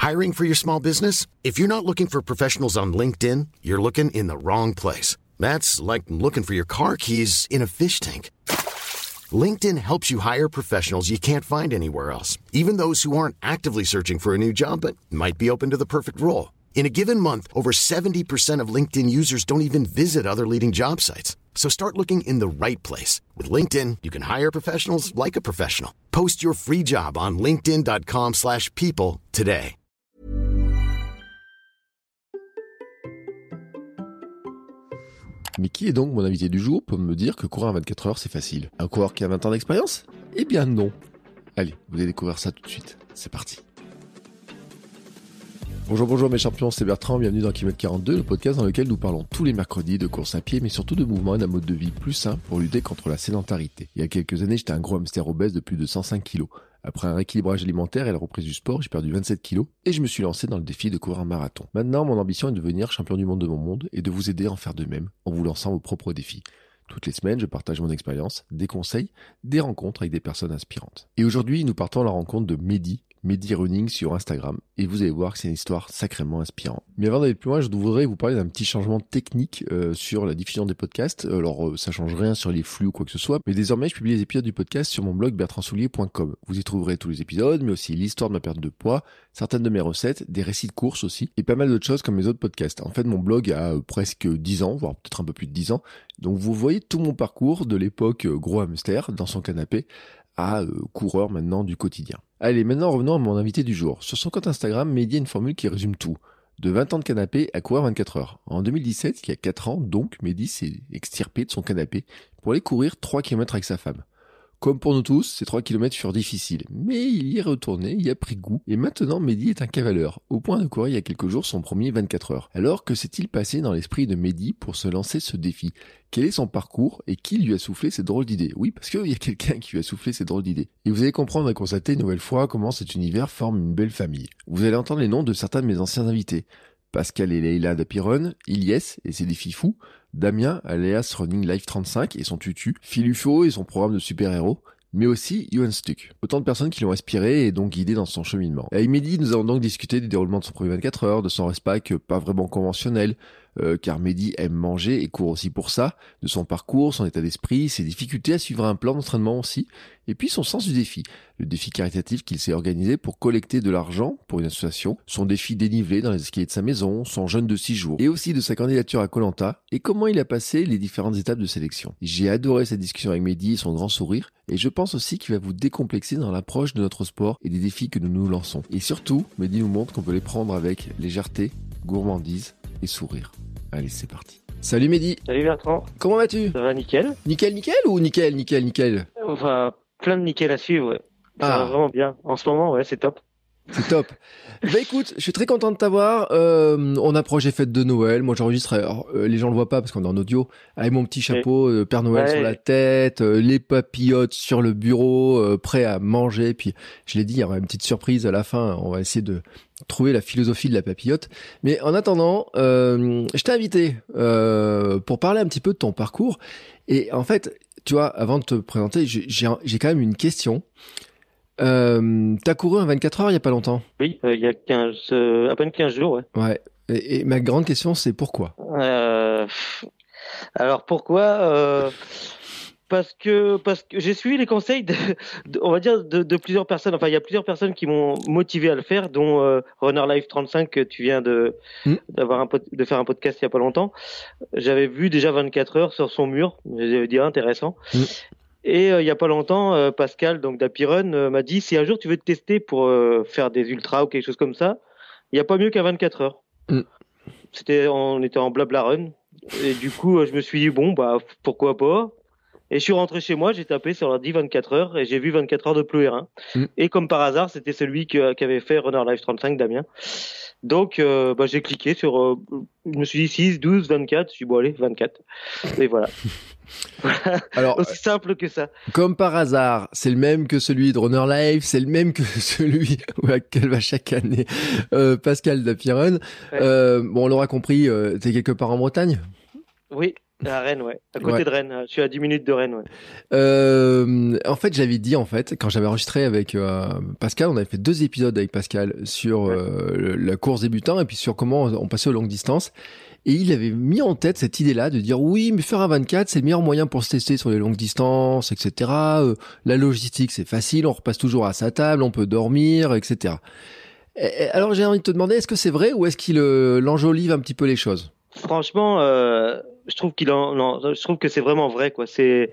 Hiring for your small business? If you're not looking for professionals on LinkedIn, you're looking in the wrong place. That's like looking for your car keys in a fish tank. LinkedIn helps you hire professionals you can't find anywhere else, even those who aren't actively searching for a new job but might be open to the perfect role. In a given month, over 70% of LinkedIn users don't even visit other leading job sites. So start looking in the right place. With LinkedIn, you can hire professionals like a professional. Post your free job on linkedin.com/people today. Mais qui est donc mon invité du jour pour me dire que courir à 24 heures, c'est facile? Un coureur qui a 20 ans d'expérience? Eh bien non. Allez, vous allez découvrir ça tout de suite. C'est parti. Bonjour mes champions, c'est Bertrand, bienvenue dans Kilomètre 42, le podcast dans lequel nous parlons tous les mercredis de course à pied, mais surtout de mouvement et d'un mode de vie plus sain pour lutter contre la sédentarité. Il y a quelques années, j'étais un gros hamster obèse de plus de 105 kilos. Après un rééquilibrage alimentaire et la reprise du sport, j'ai perdu 27 kilos et je me suis lancé dans le défi de courir un marathon. Maintenant, mon ambition est de devenir champion du monde de mon monde et de vous aider à en faire de même en vous lançant vos propres défis. Toutes les semaines, je partage mon expérience, des conseils, des rencontres avec des personnes inspirantes. Et aujourd'hui, nous partons à la rencontre de Mehdi Running sur Instagram, et vous allez voir que c'est une histoire sacrément inspirante. Mais avant d'aller plus loin, je voudrais vous parler d'un petit changement technique sur la diffusion des podcasts. Alors, ça change rien sur les flux ou quoi que ce soit, mais désormais, je publie les épisodes du podcast sur mon blog bertrandsoulier.com. Vous y trouverez tous les épisodes, mais aussi l'histoire de ma perte de poids, certaines de mes recettes, des récits de courses aussi, et pas mal d'autres choses comme mes autres podcasts. En fait, mon blog a presque 10 ans, voire peut-être un peu plus de 10 ans, donc vous voyez tout mon parcours de l'époque gros hamster dans son canapé, à coureur maintenant du quotidien. Allez, maintenant revenons à mon invité du jour. Sur son compte Instagram, Mehdi a une formule qui résume tout. De 20 ans de canapé à courir 24 heures. En 2017, il y a 4 ans, donc, Mehdi s'est extirpé de son canapé pour aller courir 3 km avec sa femme. Comme pour nous tous, ces 3 km furent difficiles, mais il y est retourné, il y a pris goût, et maintenant Mehdi est un cavaleur, au point de courir il y a quelques jours son premier 24 heures. Alors, que s'est-il passé dans l'esprit de Mehdi pour se lancer ce défi? Quel est son parcours et qui lui a soufflé cette drôle d'idée? Oui, parce qu'il y a quelqu'un qui lui a soufflé cette drôle d'idée. Et vous allez comprendre et constater une nouvelle fois comment cet univers forme une belle famille. Vous allez entendre les noms de certains de mes anciens invités. Pascal et Leïla d'Apiron, Ilyes et ses défis fous, Damien alias Running Life 35 et son tutu, Phil Ufo et son programme de super-héros, mais aussi Johan Stuck. Autant de personnes qui l'ont inspiré et donc guidé dans son cheminement. Avec Mehdi, nous avons donc discuté du déroulement de son premier 24 heures, de son respack pas vraiment conventionnel, car Mehdi aime manger et court aussi pour ça, de son parcours, son état d'esprit, ses difficultés à suivre un plan d'entraînement aussi, et puis son sens du défi. Le défi caritatif qu'il s'est organisé pour collecter de l'argent pour une association, son défi dénivelé dans les escaliers de sa maison, son jeûne de 6 jours, et aussi de sa candidature à Koh-Lanta, et comment il a passé les différentes étapes de sélection. J'ai adoré cette discussion avec Mehdi et son grand sourire, et je pense aussi qu'il va vous décomplexer dans l'approche de notre sport et des défis que nous nous lançons. Et surtout, Mehdi nous montre qu'on peut les prendre avec légèreté, gourmandise et sourire. Allez, c'est parti. Salut Mehdi. Salut Bertrand. Comment vas-tu? Ça va nickel. Nickel ou nickel? Enfin, plein de nickel à suivre, ouais. Ça va vraiment bien. En ce moment, ouais, c'est top. C'est top. Bah écoute, je suis très content de t'avoir. On approche les fêtes de Noël. Moi, j'enregistre. Alors, les gens le voient pas parce qu'on est en audio. Avec mon petit chapeau, Père Noël sur la tête, les papillotes sur le bureau, prêt à manger. Puis, je l'ai dit, il y aura une petite surprise à la fin. On va essayer de trouver la philosophie de la papillote. Mais en attendant, je t'ai invité pour parler un petit peu de ton parcours. Et en fait, tu vois, avant de te présenter, j'ai quand même une question. T'as couru un 24 heures il y a pas longtemps? Oui, il y a à peine 15 jours, ouais. Ouais. Et ma grande question, c'est pourquoi? Alors pourquoi? Parce que j'ai suivi les conseils on va dire de plusieurs personnes. Enfin, il y a plusieurs personnes qui m'ont motivé à le faire, dont Runner Life 35 que tu viens de faire un podcast il y a pas longtemps. J'avais vu déjà 24 heures sur son mur. J'avais dit intéressant. Et il y a pas longtemps, Pascal, donc d'Apiron, m'a dit si un jour tu veux te tester pour faire des ultras ou quelque chose comme ça, il y a pas mieux qu'à 24 heures. On était en blabla run et du coup je me suis dit bon bah pourquoi pas. Et je suis rentré chez moi, j'ai tapé sur l'ordi 24 heures et j'ai vu 24 heures de Plouer 1. Et comme par hasard, c'était celui qu'avait fait Runner Life 35 Damien. Donc j'ai cliqué sur je me suis dit 6, 12, 24, je suis bon allez 24. Et voilà. Alors, aussi simple que ça. Comme par hasard, c'est le même que celui de Runner Life, c'est le même que celui auquel va chaque année Pascal d'Apiron. Ouais. Bon, on l'aura compris, t'es quelque part en Bretagne? Oui. À Rennes, ouais. À côté de Rennes. Je suis à 10 minutes de Rennes, En fait, j'avais dit, quand j'avais enregistré avec Pascal, on avait fait 2 épisodes avec Pascal sur la course débutant et puis sur comment on passait aux longues distances. Et il avait mis en tête cette idée-là de dire oui, mais faire un 24, c'est le meilleur moyen pour se tester sur les longues distances, etc. La logistique, c'est facile, on repasse toujours à sa table, on peut dormir, etc. Alors j'ai envie de te demander, est-ce que c'est vrai ou est-ce qu'il l'enjolive un petit peu les choses? Franchement, je trouve je trouve que c'est vraiment vrai, quoi.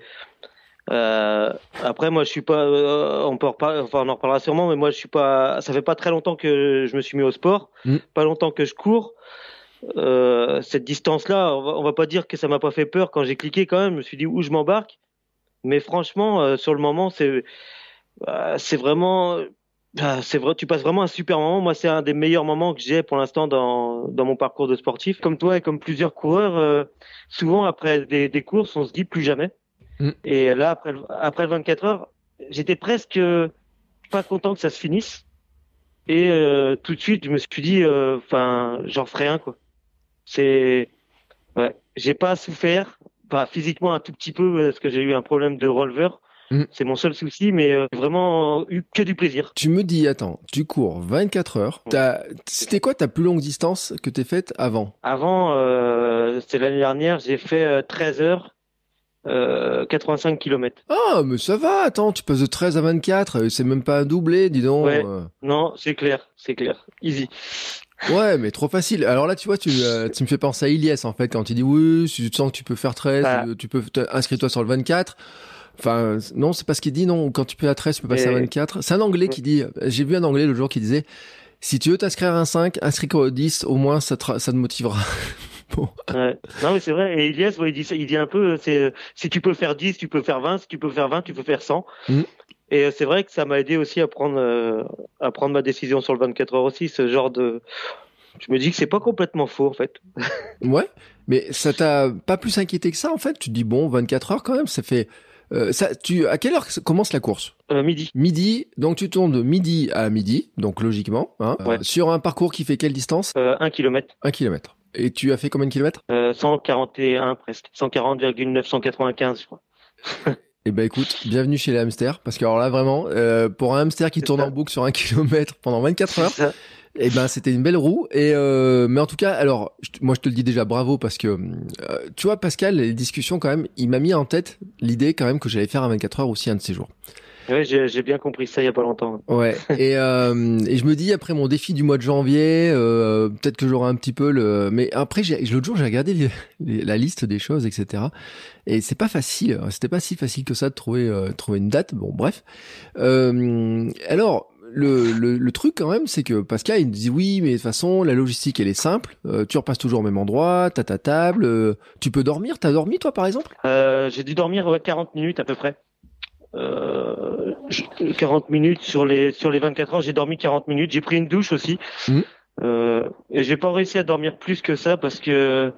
Après, moi, je suis pas. On peut on en reparlera sûrement, mais moi, je suis pas. Ça fait pas très longtemps que je me suis mis au sport, pas longtemps que je cours. Cette distance-là, on va pas dire que ça m'a pas fait peur quand j'ai cliqué quand même. Je me suis dit où je m'embarque, mais franchement, sur le moment, c'est vraiment. C'est vrai, tu passes vraiment un super moment. Moi, c'est un des meilleurs moments que j'ai pour l'instant dans mon parcours de sportif. Comme toi et comme plusieurs coureurs, souvent après des courses, on se dit plus jamais. Et là, après le 24 heures, j'étais presque pas content que ça se finisse. Et tout de suite, je me suis dit, j'en ferai un, quoi. J'ai pas souffert, pas physiquement un tout petit peu parce que j'ai eu un problème de releveur. C'est mon seul souci, mais j'ai vraiment eu que du plaisir. Tu me dis, attends, tu cours 24 heures. C'était quoi ta plus longue distance que t'aies faite avant? Avant, c'est l'année dernière, j'ai fait 13 heures, 85 km. Ah, mais ça va, attends, tu passes de 13 à 24, c'est même pas un doublé, dis donc. Ouais, non, c'est clair, easy. Ouais, mais trop facile. Alors là, tu vois, tu me fais penser à Ilyes, en fait, quand tu dis oui, si tu te sens que tu peux faire 13, tu peux inscris-toi sur le 24. Enfin, non, c'est pas ce qu'il dit, non. Quand tu peux à 13, tu peux passer à 24. C'est un Anglais qui dit, j'ai vu un Anglais l'autre jour qui disait, si tu veux t'inscrire à un 5, inscris-toi au 10, au moins ça te motivera. Bon. Ouais. Non, mais c'est vrai. Et Ilyes, il dit un peu, si tu peux faire 10, tu peux faire 20, si tu peux faire 20, tu peux faire 100. Et c'est vrai que ça m'a aidé aussi à prendre ma décision sur le 24 heures aussi, ce genre de. Je me dis que c'est pas complètement faux, en fait. Ouais. Mais ça t'a pas plus inquiété que ça, en fait? Tu te dis, bon, 24 heures quand même, ça fait, à quelle heure commence la course? Midi. Midi. Donc tu tournes de midi à midi, donc logiquement, hein. Sur un parcours qui fait quelle distance? 1 km. 1 kilomètre. Et tu as fait combien de kilomètres? 141 presque. 140,995, je crois. Eh ben écoute, bienvenue chez les hamsters, parce que alors là vraiment, pour un hamster qui tourne en boucle sur 1 kilomètre pendant 24 heures, eh ben c'était une belle roue. Et mais en tout cas, alors moi je te le dis déjà bravo parce que tu vois Pascal, les discussions quand même, il m'a mis en tête l'idée quand même que j'allais faire à 24 heures aussi un de ces jours. Ouais, j'ai bien compris ça il y a pas longtemps. Ouais. Et je me dis après mon défi du mois de janvier, peut-être que j'aurai un petit peu mais après l'autre jour j'ai regardé la liste des choses, etc. Et c'est pas facile. C'était pas si facile que ça de trouver une date. Bon, bref. Alors le truc quand même, c'est que Pascal il me dit oui, mais de toute façon la logistique elle est simple. Tu repasses toujours au même endroit, t'as ta table, tu peux dormir. T'as dormi toi par exemple? J'ai dû dormir 40 minutes à peu près. 40 minutes sur les 24 heures, j'ai dormi 40 minutes. J'ai pris une douche aussi. Et j'ai pas réussi à dormir plus que ça parce que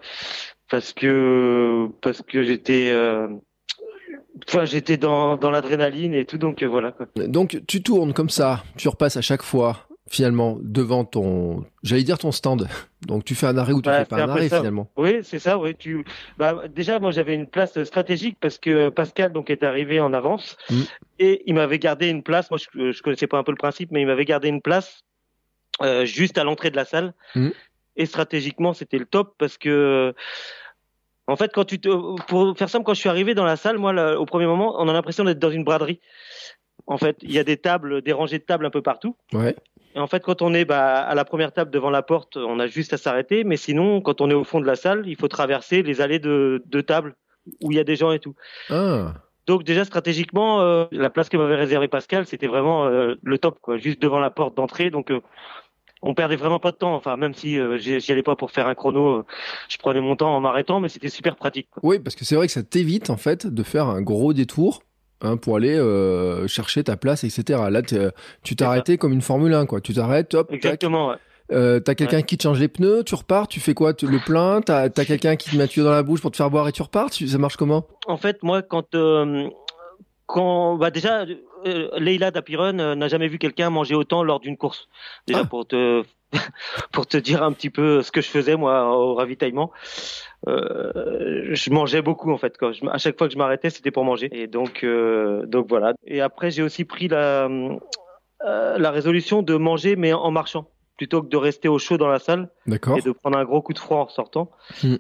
j'étais dans l'adrénaline et tout, donc voilà quoi. Donc tu tournes comme ça, tu repasses à chaque fois finalement devant ton stand. Donc tu fais un arrêt ou tu fais pas un arrêt finalement. Oui, c'est ça, oui, déjà moi j'avais une place stratégique parce que Pascal donc est arrivé en avance et il m'avait gardé une place. Moi je connaissais pas un peu le principe, mais il m'avait gardé une place juste à l'entrée de la salle. Et stratégiquement, c'était le top parce que en fait, pour faire simple, quand je suis arrivé dans la salle, moi, au premier moment, on a l'impression d'être dans une braderie. En fait, il y a des rangées de tables un peu partout. Ouais. Et en fait, quand on est à la première table devant la porte, on a juste à s'arrêter. Mais sinon, quand on est au fond de la salle, il faut traverser les allées de tables où il y a des gens et tout. Ah. Donc déjà stratégiquement, la place que m'avait réservée Pascal, c'était vraiment le top, quoi, juste devant la porte d'entrée. Donc on perdait vraiment pas de temps. Enfin, même si j'y allais pas pour faire un chrono, je prenais mon temps en m'arrêtant, mais c'était super pratique, quoi. Oui, parce que c'est vrai que ça t'évite en fait de faire un gros détour pour aller chercher ta place, etc. Là, tu t'es arrêté comme une Formule 1, quoi. Tu t'arrêtes, hop. Exactement. Ouais. T'as quelqu'un qui te change les pneus, tu repars, tu fais quoi? Le plein, t'as quelqu'un qui te met un tuyau dans la bouche pour te faire boire et tu repars. Ça marche comment? En fait, moi, quand déjà, Leila d'Apiron n'a jamais vu quelqu'un manger autant lors d'une course. Déjà pour te dire un petit peu ce que je faisais moi au ravitaillement. je mangeais beaucoup en fait. À chaque fois que je m'arrêtais, c'était pour manger. Et donc voilà. Et après, j'ai aussi pris la résolution de manger mais en marchant, plutôt que de rester au chaud dans la salle D'accord. et de prendre un gros coup de froid en sortant. Mm.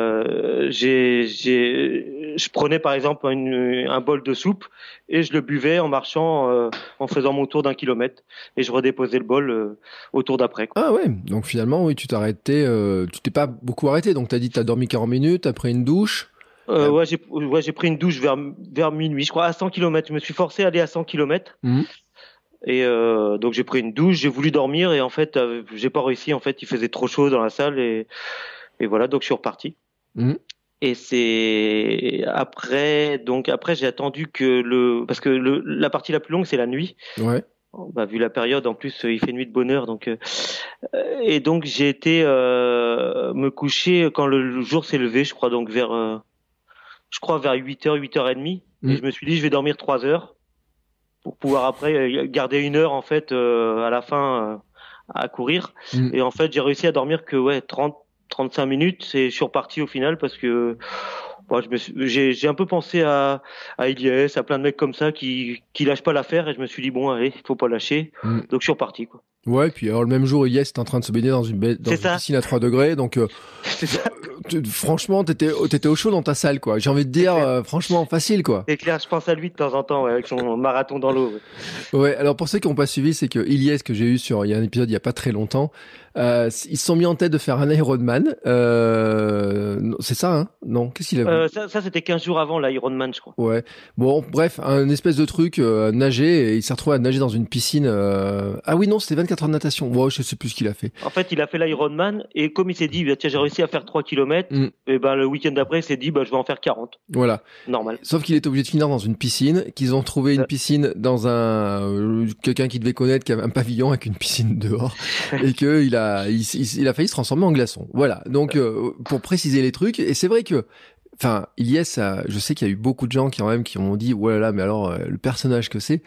Je prenais par exemple un bol de soupe et je le buvais en marchant, en faisant mon tour d'1 kilomètre, et je redéposais le bol au tour d'après, quoi. Ah ouais, donc finalement, oui, tu t'es arrêté, tu t'es pas beaucoup arrêté, donc t'as dit que t'as dormi 40 minutes, t'as pris une douche. Ouais, j'ai pris une douche vers minuit, je crois, à 100 kilomètres. Je me suis forcé à aller à 100 kilomètres. Mhm. Et donc j'ai pris une douche, j'ai voulu dormir et en fait j'ai pas réussi. En fait, il faisait trop chaud dans la salle et voilà, donc je suis reparti. Mhm. Et c'est après j'ai attendu parce que la partie la plus longue c'est la nuit. Ouais. Bah, vu la période, en plus il fait nuit de bonne heure, donc et donc j'ai été me coucher quand le jour s'est levé, je crois, donc vers 8h, 8h30. Et je me suis dit je vais dormir 3 heures pour pouvoir après garder 1 heure en fait à la fin à courir. Et en fait j'ai réussi à dormir que 35 minutes, et je suis reparti au final parce que bon, j'ai un peu pensé à Ilyes, à plein de mecs comme ça qui lâchent pas l'affaire, et je me suis dit bon allez, faut pas lâcher. Donc je suis reparti, quoi. Ouais, puis alors le même jour, Ilyes était en train de se baigner dans une piscine à 3 degrés, donc C'est ça. Franchement, t'étais au chaud dans ta salle, quoi. J'ai envie de dire, franchement, facile, quoi. C'est clair, je pense à lui de temps en temps, avec son marathon dans l'eau. Ouais, alors pour ceux qui n'ont pas suivi, c'est que Ilyes, que j'ai eu il y a un épisode il y a pas très longtemps, ils se sont mis en tête de faire un Ironman. C'est ça, hein? Non, qu'est-ce qu'il a vu? Ça c'était 15 jours avant l'Ironman, je crois. Ouais. Bon, bref, un espèce de truc, nager, et il s'est retrouvé à nager dans une piscine. Ah oui, non, c'était 24 heures de natation. Bon, je sais plus ce qu'il a fait. En fait, il a fait l'Ironman, et comme il s'est dit, bah, tiens, j'ai réussi à faire 3 kilomètres, et ben le week-end d'après, il s'est dit, bah, je vais en faire 40. Voilà. Normal. Sauf qu'il était obligé de finir dans une piscine, qu'ils ont trouvé une piscine dans quelqu'un qui devait connaître, qui avait un pavillon avec une piscine dehors, et que il a failli se transformer en glaçon. Voilà. Donc, pour préciser les trucs, et c'est vrai que, enfin, Ilyes, je sais qu'il y a eu beaucoup de gens qui ont dit, ouais là, mais alors, le personnage que c'est.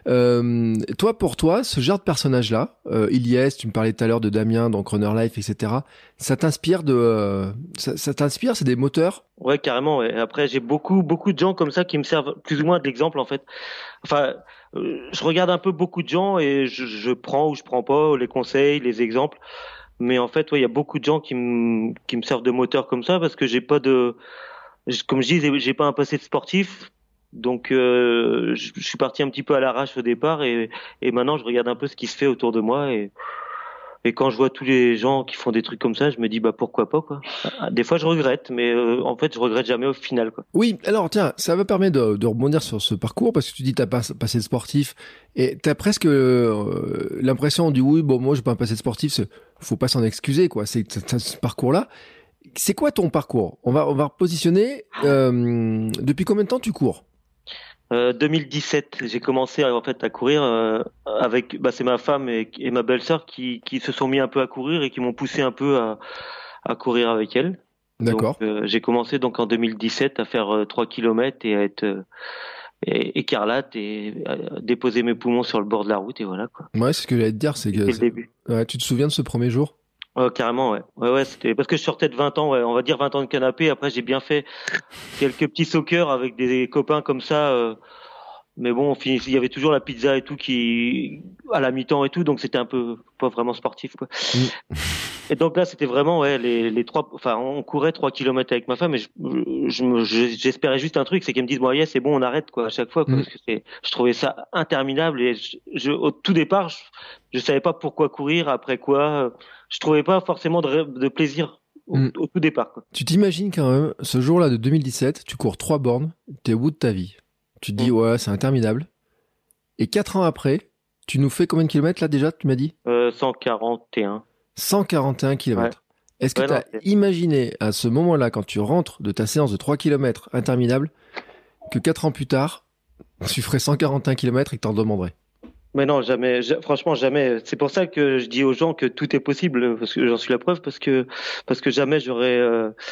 Pour toi, ce genre de personnage-là, Ilyes, tu me parlais tout à l'heure de Damien, donc Runner Life, etc. Ça t'inspire ça t'inspire, c'est des moteurs? Ouais, carrément, ouais. Après, j'ai beaucoup de gens comme ça qui me servent plus ou moins de l'exemple, en fait. Enfin, je regarde un peu beaucoup de gens, et je prends ou je prends pas les conseils, les exemples. Mais en fait, ouais, il y a beaucoup de gens qui me servent de moteur comme ça, parce que comme je dis, j'ai pas un passé de sportif. Donc, je suis parti un petit peu à l'arrache au départ, et maintenant je regarde un peu ce qui se fait autour de moi, et quand je vois tous les gens qui font des trucs comme ça, je me dis bah pourquoi pas, quoi. Des fois je regrette, mais en fait je regrette jamais au final, quoi. Oui, alors tiens, ça va permettre de rebondir sur ce parcours, parce que tu dis t'as pas passé de sportif, et t'as presque l'impression du oui, bon moi j'ai pas un passé de sportif, faut pas s'en excuser, quoi. C'est ce parcours-là. C'est quoi ton parcours? On va repositionner. Depuis combien de temps tu cours? 2017, j'ai commencé en fait à courir avec c'est ma femme et ma belle-sœur qui se sont mis un peu à courir et qui m'ont poussé un peu à courir avec elles. D'accord. Donc, j'ai commencé donc en 2017 à faire 3 kilomètres et à être écarlate, et à déposer mes poumons sur le bord de la route, et voilà, quoi. Ouais, c'est ce que j'allais te dire, c'est que C'était le début. Ouais, tu te souviens de ce premier jour? Carrément, ouais. Ouais, c'était parce que je sortais de 20 ans, ouais, on va dire 20 ans de canapé. Après, j'ai bien fait quelques petits soccer avec des copains comme ça. Mais bon, il y avait toujours la pizza et tout qui, à la mi-temps et tout, donc c'était un peu pas vraiment sportif, quoi. Et donc là, c'était vraiment, ouais, les trois, enfin, on courait 3 kilomètres avec ma femme, et j'espérais juste un truc, c'est qu'elle me dise, bon, yeah, c'est bon, on arrête, quoi, à chaque fois, quoi, parce que je trouvais ça interminable, et au tout départ, je savais pas pourquoi courir, après quoi, je trouvais pas forcément de plaisir au tout départ, quoi. Tu t'imagines quand même, ce jour-là de 2017, tu cours 3 bornes, t'es au bout de ta vie. Tu te dis, ouais, c'est interminable. Et 4 ans après, tu nous fais combien de kilomètres là déjà, tu m'as dit? 141. 141 kilomètres. Ouais. Est-ce que tu as imaginé à ce moment-là, quand tu rentres de ta séance de 3 kilomètres interminable, que 4 ans plus tard, tu ferais 141 kilomètres et que t'en demanderais? Mais non, jamais. Franchement, jamais. C'est pour ça que je dis aux gens que tout est possible, parce que j'en suis la preuve, parce que jamais j'aurais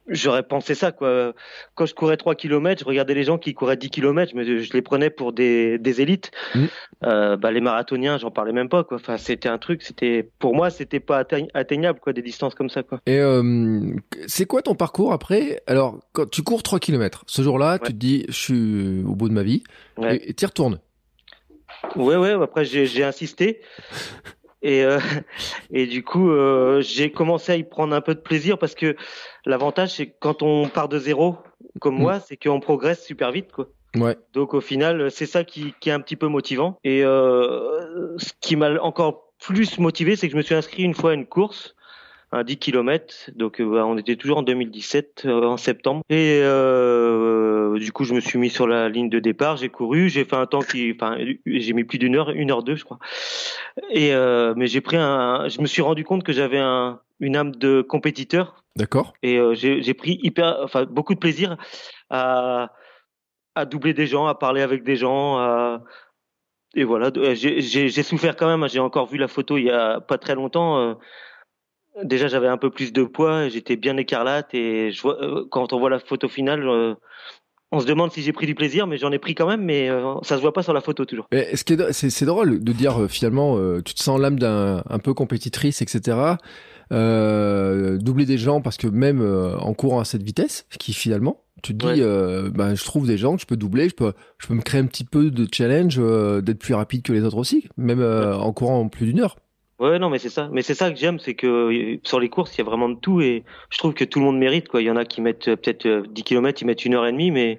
J'aurais pensé ça, quoi. Quand je courais 3 kilomètres, je regardais les gens qui couraient 10 kilomètres, je les prenais pour des élites. Mm. Les marathoniens, j'en parlais même pas, quoi. Enfin, c'était un truc, pour moi, c'était pas atteignable, quoi, des distances comme ça, quoi. Et c'est quoi ton parcours après? Alors, quand tu cours 3 kilomètres, ce jour-là, Ouais. tu te dis, je suis au bout de ma vie, Ouais. et tu y retournes. Ouais. Après, j'ai insisté. Et, euh, et du coup, j'ai commencé à y prendre un peu de plaisir parce que l'avantage, c'est que quand on part de zéro, comme Mm. moi, c'est qu'on progresse super vite, quoi. Ouais. Donc au final, c'est ça qui est un petit peu motivant. Et ce qui m'a encore plus motivé, c'est que je me suis inscrit une fois à une course, un 10 km. Donc on était toujours en 2017, en septembre. Et du coup, je me suis mis sur la ligne de départ, j'ai couru, j'ai fait un temps j'ai mis plus d'une heure, 1h02, je crois. Et mais je me suis rendu compte que j'avais une âme de compétiteur. D'accord. Et j'ai pris beaucoup de plaisir à doubler des gens, à parler avec des gens, et voilà. J'ai souffert quand même. J'ai encore vu la photo il y a pas très longtemps. Déjà, j'avais un peu plus de poids, j'étais bien écarlate, et quand on voit la photo finale, on se demande si j'ai pris du plaisir, mais j'en ai pris quand même, mais ça se voit pas sur la photo toujours. Et c'est drôle de dire finalement, tu te sens l'âme un peu compétitrice, etc. Doubler des gens parce que même en courant à cette vitesse, qui finalement, tu te dis, je trouve des gens que je peux doubler, je peux me créer un petit peu de challenge, d'être plus rapide que les autres aussi, même en courant plus d'une heure. Ouais, non, mais c'est ça. Mais c'est ça que j'aime, c'est que sur les courses, il y a vraiment de tout, et je trouve que tout le monde mérite, quoi. Il y en a qui mettent peut-être 10 kilomètres, ils mettent 1h30, mais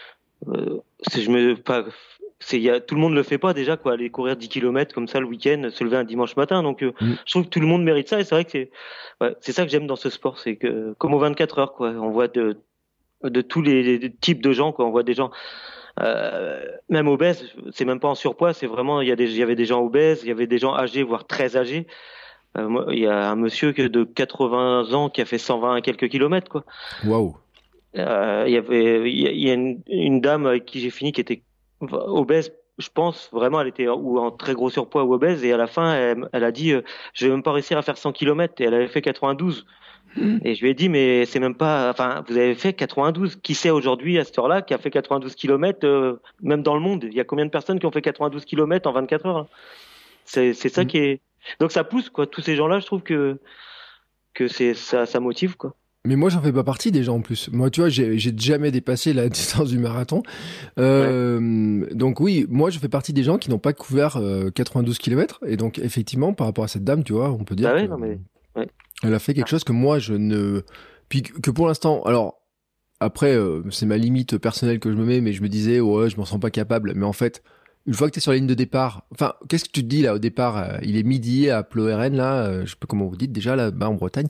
tout le monde le fait pas déjà, quoi. Aller courir 10 kilomètres comme ça le week-end, se lever un dimanche matin. Donc, je trouve que tout le monde mérite ça, et c'est vrai que c'est ça que j'aime dans ce sport, c'est que comme aux 24 heures, quoi. On voit de tous les types de gens, quoi. On voit des gens même obèses, c'est même pas en surpoids, c'est vraiment il y avait des gens obèses, il y avait des gens âgés, voire très âgés. Il y a un monsieur de 80 ans qui a fait 120 et quelques kilomètres, quoi. Waouh. Il y a une dame avec qui j'ai fini qui était obèse, je pense vraiment, elle était ou en très gros surpoids ou obèse, et à la fin elle a dit je vais même pas réussir à faire 100 kilomètres, et elle avait fait 92. Et je lui ai dit, mais c'est même pas, enfin, vous avez fait 92. Qui sait aujourd'hui, à cette heure-là, qui a fait 92 kilomètres, même dans le monde? Il y a combien de personnes qui ont fait 92 kilomètres en 24 heures, hein? C'est ça qui est, donc ça pousse, quoi. Tous ces gens-là, je trouve que ça motive, quoi. Mais moi, j'en fais pas partie déjà en plus. Moi, tu vois, j'ai jamais dépassé la distance du marathon. Donc oui, moi, je fais partie des gens qui n'ont pas couvert 92 km. Et donc, effectivement, par rapport à cette dame, tu vois, on peut dire Ouais, non, mais, ouais. elle a fait quelque chose que moi, je ne... Puis que pour l'instant... Alors, après, c'est ma limite personnelle que je me mets, mais je me disais, ouais, je m'en sens pas capable. Mais en fait, une fois que tu es sur la ligne de départ... Enfin, qu'est-ce que tu te dis là au départ? Il est midi à Ploeren, là. Je sais pas comment vous dites déjà, là-bas en Bretagne.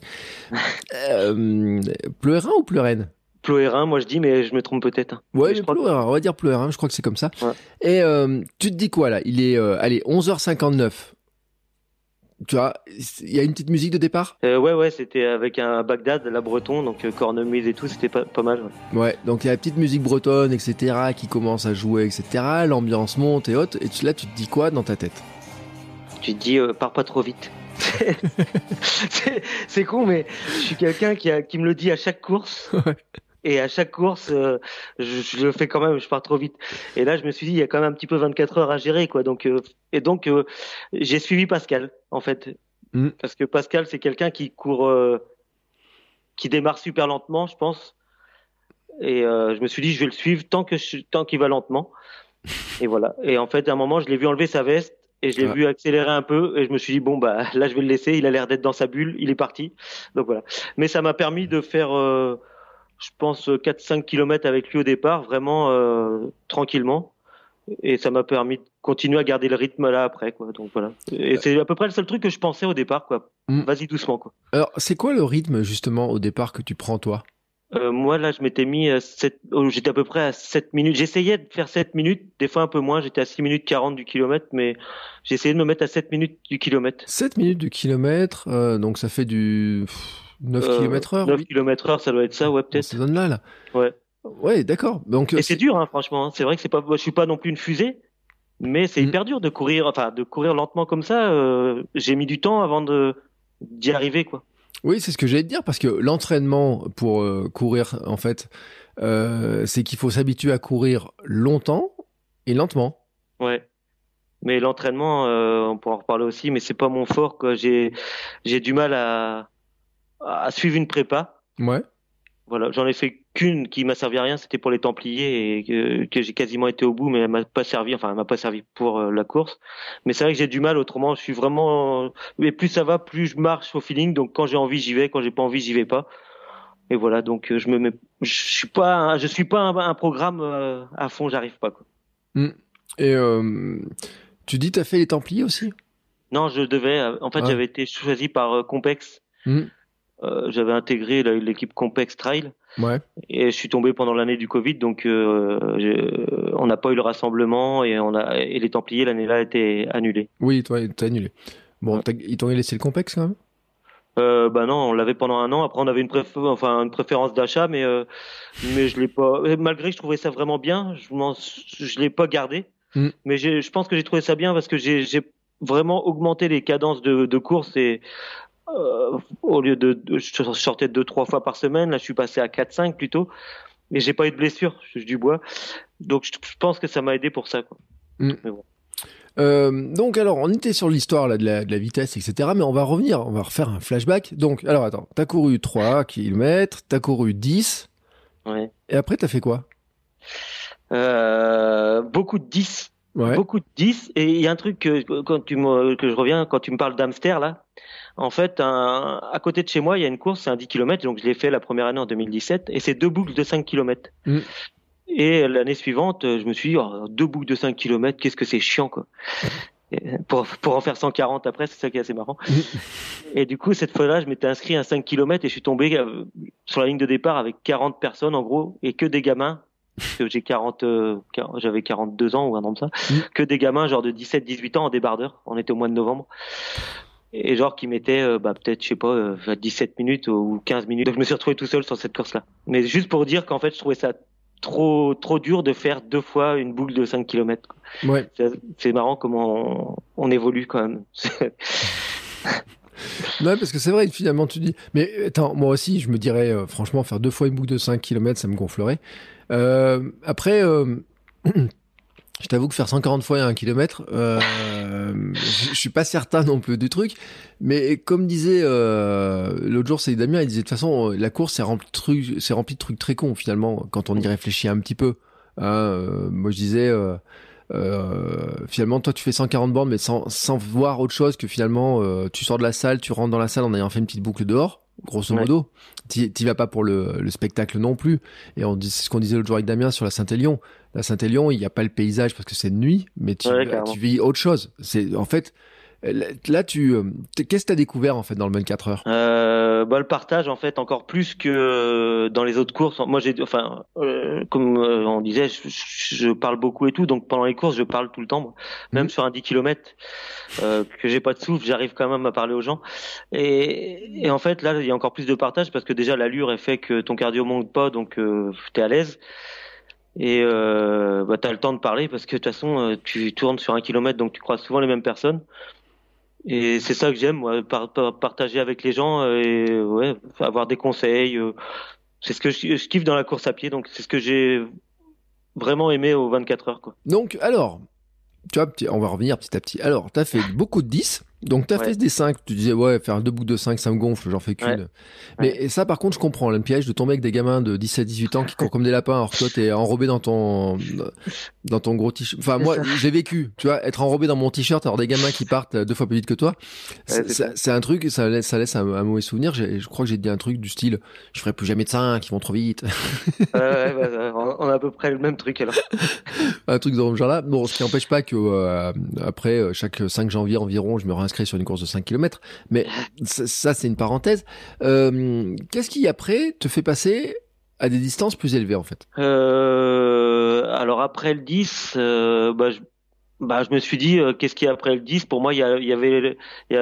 Ploeren ou Pleuren? Ploérin, moi je dis, mais je me trompe peut-être, hein. Ouais, Mais je crois Ploeren, on va dire Ploeren, je crois que c'est comme ça. Ouais. Et tu te dis quoi là? Il est, allez, 11h59. Tu vois, il y a une petite musique de départ? Ouais, c'était avec un Bagdad, la breton, donc cornemuse et tout, c'était pas mal, ouais. Ouais, donc il y a la petite musique bretonne, etc., qui commence à jouer, etc., l'ambiance monte et autres, et là tu te dis quoi dans ta tête? Tu te dis, pars pas trop vite. C'est con, mais je suis quelqu'un qui me le dit à chaque course. Et à chaque course, je le fais quand même, je pars trop vite. Et là, je me suis dit, il y a quand même un petit peu 24 heures à gérer, quoi. Donc, j'ai suivi Pascal, en fait. Parce que Pascal, c'est quelqu'un qui court, qui démarre super lentement, je pense. Et je me suis dit, je vais le suivre tant qu'il va lentement. Et voilà. Et en fait, à un moment, je l'ai vu enlever sa veste et je l'ai vu accélérer un peu. Et je me suis dit, bon, bah, là, je vais le laisser. Il a l'air d'être dans sa bulle. Il est parti. Donc voilà. Mais ça m'a permis de faire, je pense, 4-5 kilomètres avec lui au départ, vraiment tranquillement. Et ça m'a permis de continuer à garder le rythme là après, quoi. Donc voilà. Et c'est à peu près le seul truc que je pensais au départ, quoi. Vas-y doucement, quoi. Alors, c'est quoi le rythme, justement, au départ que tu prends, toi? Moi, là, je m'étais mis j'étais à peu près à 7 minutes. J'essayais de faire 7 minutes, des fois un peu moins. J'étais à 6 minutes 40 du kilomètre, mais j'essayais de me mettre à 7 minutes du kilomètre. 7 minutes du kilomètre, donc ça fait du 9 km heure. 9 km heure, ça doit être ça, ouais, peut-être. Dans ces zones-là, là. Ouais. Ouais, d'accord. Donc, et c'est dur, hein, franchement. Hein. C'est vrai que je suis pas non plus une fusée, mais c'est hyper dur de courir lentement comme ça. J'ai mis du temps avant d'y arriver, quoi. Oui, c'est ce que j'allais te dire, parce que l'entraînement pour courir, en fait, c'est qu'il faut s'habituer à courir longtemps et lentement. Ouais. Mais l'entraînement, on pourra en reparler aussi, mais c'est pas mon fort, quoi. J'ai du mal à suivre une prépa. Ouais. Voilà, j'en ai fait qu'une qui m'a servi à rien, c'était pour les Templiers et que j'ai quasiment été au bout, mais elle m'a pas servi, enfin elle m'a pas servi pour la course. Mais c'est vrai que j'ai du mal, autrement je suis vraiment, mais plus ça va, plus je marche au feeling. Donc quand j'ai envie j'y vais, quand j'ai pas envie j'y vais pas. Et voilà, donc je me mets, je suis pas un programme à fond, j'arrive pas quoi. Mm. Et tu dis, t'as fait les Templiers aussi? Non, je devais, en fait Ah. j'avais été choisi par Compex. Mm. J'avais intégré l'équipe Compex Trail. Ouais. Et je suis tombé pendant l'année du Covid, donc on n'a pas eu le rassemblement et les Templiers l'année-là étaient annulés. Oui, toi, t'as annulé. Bon, Ouais. ils t'ont laissé le complexe quand même? Bah non, on l'avait pendant un an. Après, on avait une préférence d'achat, mais je l'ai pas. Malgré que je trouvais ça vraiment bien, je l'ai pas gardé. Mm. Mais je pense que j'ai trouvé ça bien parce que j'ai vraiment augmenté les cadences de course et au lieu je sortais 2-3 fois par semaine, là je suis passé à 4-5 plutôt. Et j'ai pas eu de blessure, je touche du bois. Donc je pense que ça m'a aidé pour ça, quoi. Mm. Mais bon. Donc alors, on était sur l'histoire là, de la vitesse, etc. Mais on va revenir, on va refaire un flashback. Donc, alors attends, t'as couru 3 km, t'as couru 10, Ouais. et après t'as fait quoi? Beaucoup de 10. Ouais. Beaucoup de 10. Et il y a un truc que je reviens, quand tu me parles d'Amster, là. En fait, à côté de chez moi, il y a une course, c'est un 10 km. Donc, je l'ai fait la première année en 2017. Et c'est 2 boucles de 5 km. Mm. Et l'année suivante, je me suis dit, oh, 2 boucles de 5 km, qu'est-ce que c'est chiant, quoi. Et pour en faire 140 après, c'est ça qui est assez marrant. Et du coup, cette fois-là, je m'étais inscrit à 5 km et je suis tombé sur la ligne de départ avec 40 personnes, en gros, et que des gamins. Parce que j'avais 42 ans ou un an de ça. Que des gamins, genre de 17-18 ans en débardeur. On était au mois de novembre. Et genre qui mettaient, peut-être, je sais pas, 17 minutes ou 15 minutes. Donc je me suis retrouvé tout seul sur cette course-là. Mais juste pour dire qu'en fait, je trouvais ça trop dur de faire 2 fois une boucle de 5 km. Ouais. C'est marrant comment on évolue quand même. Ouais, parce que c'est vrai, finalement, tu dis. Mais attends, moi aussi, je me dirais, franchement, faire 2 fois une boucle de 5 km, ça me gonflerait. Après, je t'avoue que faire 140 fois 1 km, je suis pas certain non plus du truc. Mais comme disait l'autre jour, c'est Damien, il disait de toute façon, la course, c'est rempli de trucs très cons, finalement, quand on y réfléchit un petit peu. Moi, je disais. Finalement, toi, tu fais 140 bornes, mais sans voir autre chose que finalement, tu sors de la salle, tu rentres dans la salle en ayant fait une petite boucle dehors, grosso modo. T'y vas pas pour le spectacle non plus. Et c'est ce qu'on disait l'autre jour avec Damien sur la Saint-Élion. La Saint-Élion, il n'y a pas le paysage parce que c'est de nuit, mais tu vis autre chose. C'est, en fait, là, qu'est-ce que t'as découvert, en fait, dans le 24 heures? Le partage, en fait, encore plus que dans les autres courses. Moi, comme on disait, je parle beaucoup et tout, donc pendant les courses, je parle tout le temps, moi. Même sur un 10 km, que j'ai pas de souffle, j'arrive quand même à parler aux gens. Et en fait, là, il y a encore plus de partage parce que déjà, l'allure est fait que ton cardio monte pas, donc t'es à l'aise. Et t'as le temps de parler parce que de toute façon, tu tournes sur 1 kilomètre, donc tu croises souvent les mêmes personnes. Et c'est ça que j'aime, moi, partager avec les gens et ouais, avoir des conseils. C'est ce que je kiffe dans la course à pied, donc c'est ce que j'ai vraiment aimé aux 24 heures, quoi. Donc, alors, tu vois, on va revenir petit à petit. Alors, t'as fait beaucoup de 10. Donc, t'as fait des 5. Tu disais, ouais, faire 2 boucles de 5, ça me gonfle, j'en fais qu'une. Ouais. Mais ça, par contre, je comprends. Le piège de tomber avec des gamins de 17-18 ans qui courent comme des lapins, alors que toi, t'es enrobé dans ton gros t-shirt. Enfin, moi, j'ai vécu, tu vois, être enrobé dans mon t-shirt, alors des gamins qui partent 2 fois plus vite que toi. C'est un truc, ça laisse un mauvais souvenir. Je crois que j'ai dit un truc du style, je ferai plus jamais de 5, ils vont trop vite. On a à peu près le même truc, alors. Un truc dans ce genre-là. Bon, ce qui n'empêche pas que, après, chaque 5 janvier environ, je me réinscris sur une course de 5 km. Mais ça, c'est une parenthèse. Qu'est-ce qui, après, te fait passer à des distances plus élevées, en fait? Alors, après le 10, je me suis dit, qu'est-ce qu'il y a après le 10? Pour moi, il y avait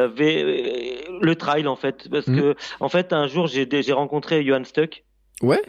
le trail, en fait. Parce que, en fait, un jour, j'ai rencontré Johan Stuck. Ouais.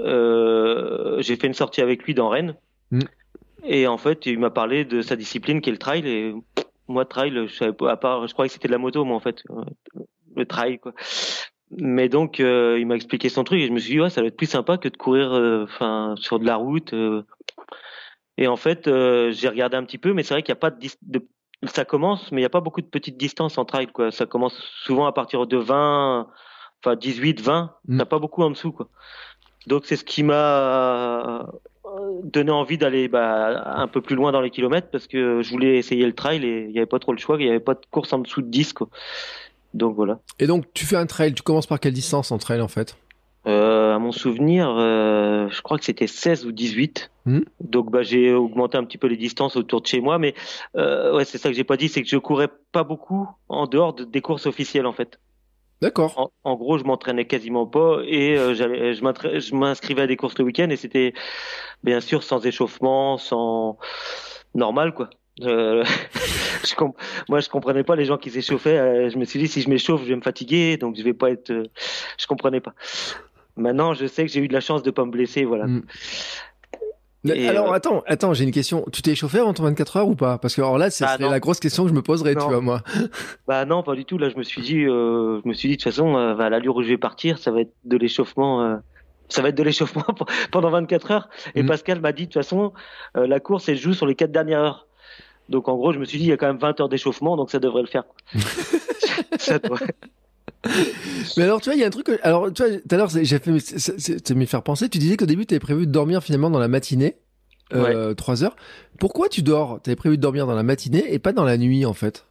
J'ai fait une sortie avec lui dans Rennes. Et en fait, il m'a parlé de sa discipline qui est le trail. Et moi, trail, je savais pas, à part, je croyais que c'était de la moto, moi, en fait. Le trail, quoi. Mais donc, il m'a expliqué son truc et je me suis dit, ouais, ça va être plus sympa que de courir sur de la route. Et en fait, j'ai regardé un petit peu, mais c'est vrai qu'il n'y a pas ça commence, mais il n'y a pas beaucoup de petites distances en trail, quoi. Ça commence souvent à partir de 20, enfin 18, 20. T'as pas beaucoup en dessous, quoi. Donc c'est ce qui m'a donné envie d'aller un peu plus loin dans les kilomètres parce que je voulais essayer le trail et il n'y avait pas trop le choix, il n'y avait pas de course en dessous de 10, quoi. Donc voilà. Et donc tu fais un trail, tu commences par quelle distance en trail en fait? À mon souvenir, je crois que c'était 16 ou 18. Donc j'ai augmenté un petit peu les distances autour de chez moi, mais ouais, c'est ça que j'ai pas dit, c'est que je courais pas beaucoup en dehors des courses officielles en fait. D'accord. En gros, je m'entraînais quasiment pas et je m'inscrivais à des courses le week-end et c'était bien sûr sans échauffement, sans normal quoi. Moi, je comprenais pas les gens qui s'échauffaient. Je me suis dit si je m'échauffe, je vais me fatiguer, donc je vais pas être. Je comprenais pas. Maintenant, je sais que j'ai eu de la chance de pas me blesser, voilà. Et alors, attends, j'ai une question. Tu t'es échauffé avant ton 24 heures ou pas? Parce que alors là, c'est la grosse question que je me poserais, tu vois, moi. Bah non, pas du tout. Là, je me suis dit, de toute façon, à l'allure où je vais partir, ça va être de l'échauffement. Ça va être de l'échauffement pendant 24 heures. Et Pascal m'a dit, de toute façon, la course, elle joue sur les 4 dernières heures. Donc, en gros, je me suis dit, il y a quand même 20 heures d'échauffement, donc ça devrait le faire. Ça devrait. Mais alors, tu vois, il y a un truc. Alors, tu vois, tout à l'heure, j'ai fait. Ça m'y faire penser. Tu disais qu'au début, tu avais prévu de dormir finalement dans la matinée, 3 heures. Pourquoi tu dors? Tu avais prévu de dormir dans la matinée et pas dans la nuit, en fait?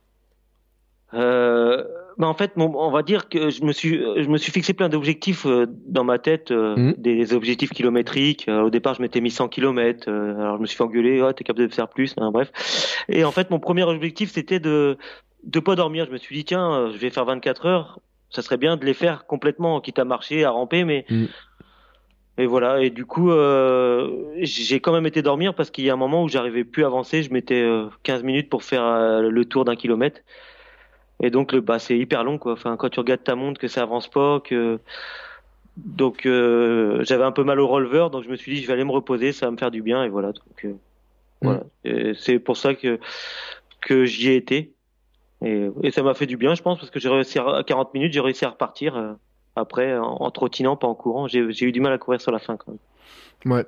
En fait, on va dire que je me suis fixé plein d'objectifs dans ma tête, des objectifs kilométriques. Au départ, je m'étais mis 100 kilomètres. Alors, je me suis fait engueuler. Oh, t'es capable de faire plus. Bref. Et en fait, mon premier objectif, c'était de pas dormir. Je me suis dit, tiens, je vais faire 24 heures. Ça serait bien de les faire complètement, quitte à marcher, à ramper, mais et voilà. Et du coup, j'ai quand même été dormir parce qu'il y a un moment où j'arrivais plus à avancer. Je mettais 15 minutes pour faire le tour d'un kilomètre. Et donc c'est hyper long, quoi. Enfin, quand tu regardes ta montre, que ça avance pas, donc j'avais un peu mal au releveur, donc je me suis dit je vais aller me reposer, ça va me faire du bien, et voilà. Donc voilà. Et c'est pour ça que j'y ai été. Et ça m'a fait du bien, je pense, parce que j'ai réussi à 40 minutes, j'ai réussi à repartir après en trottinant, pas en courant. J'ai eu du mal à courir sur la fin quand même. Ouais.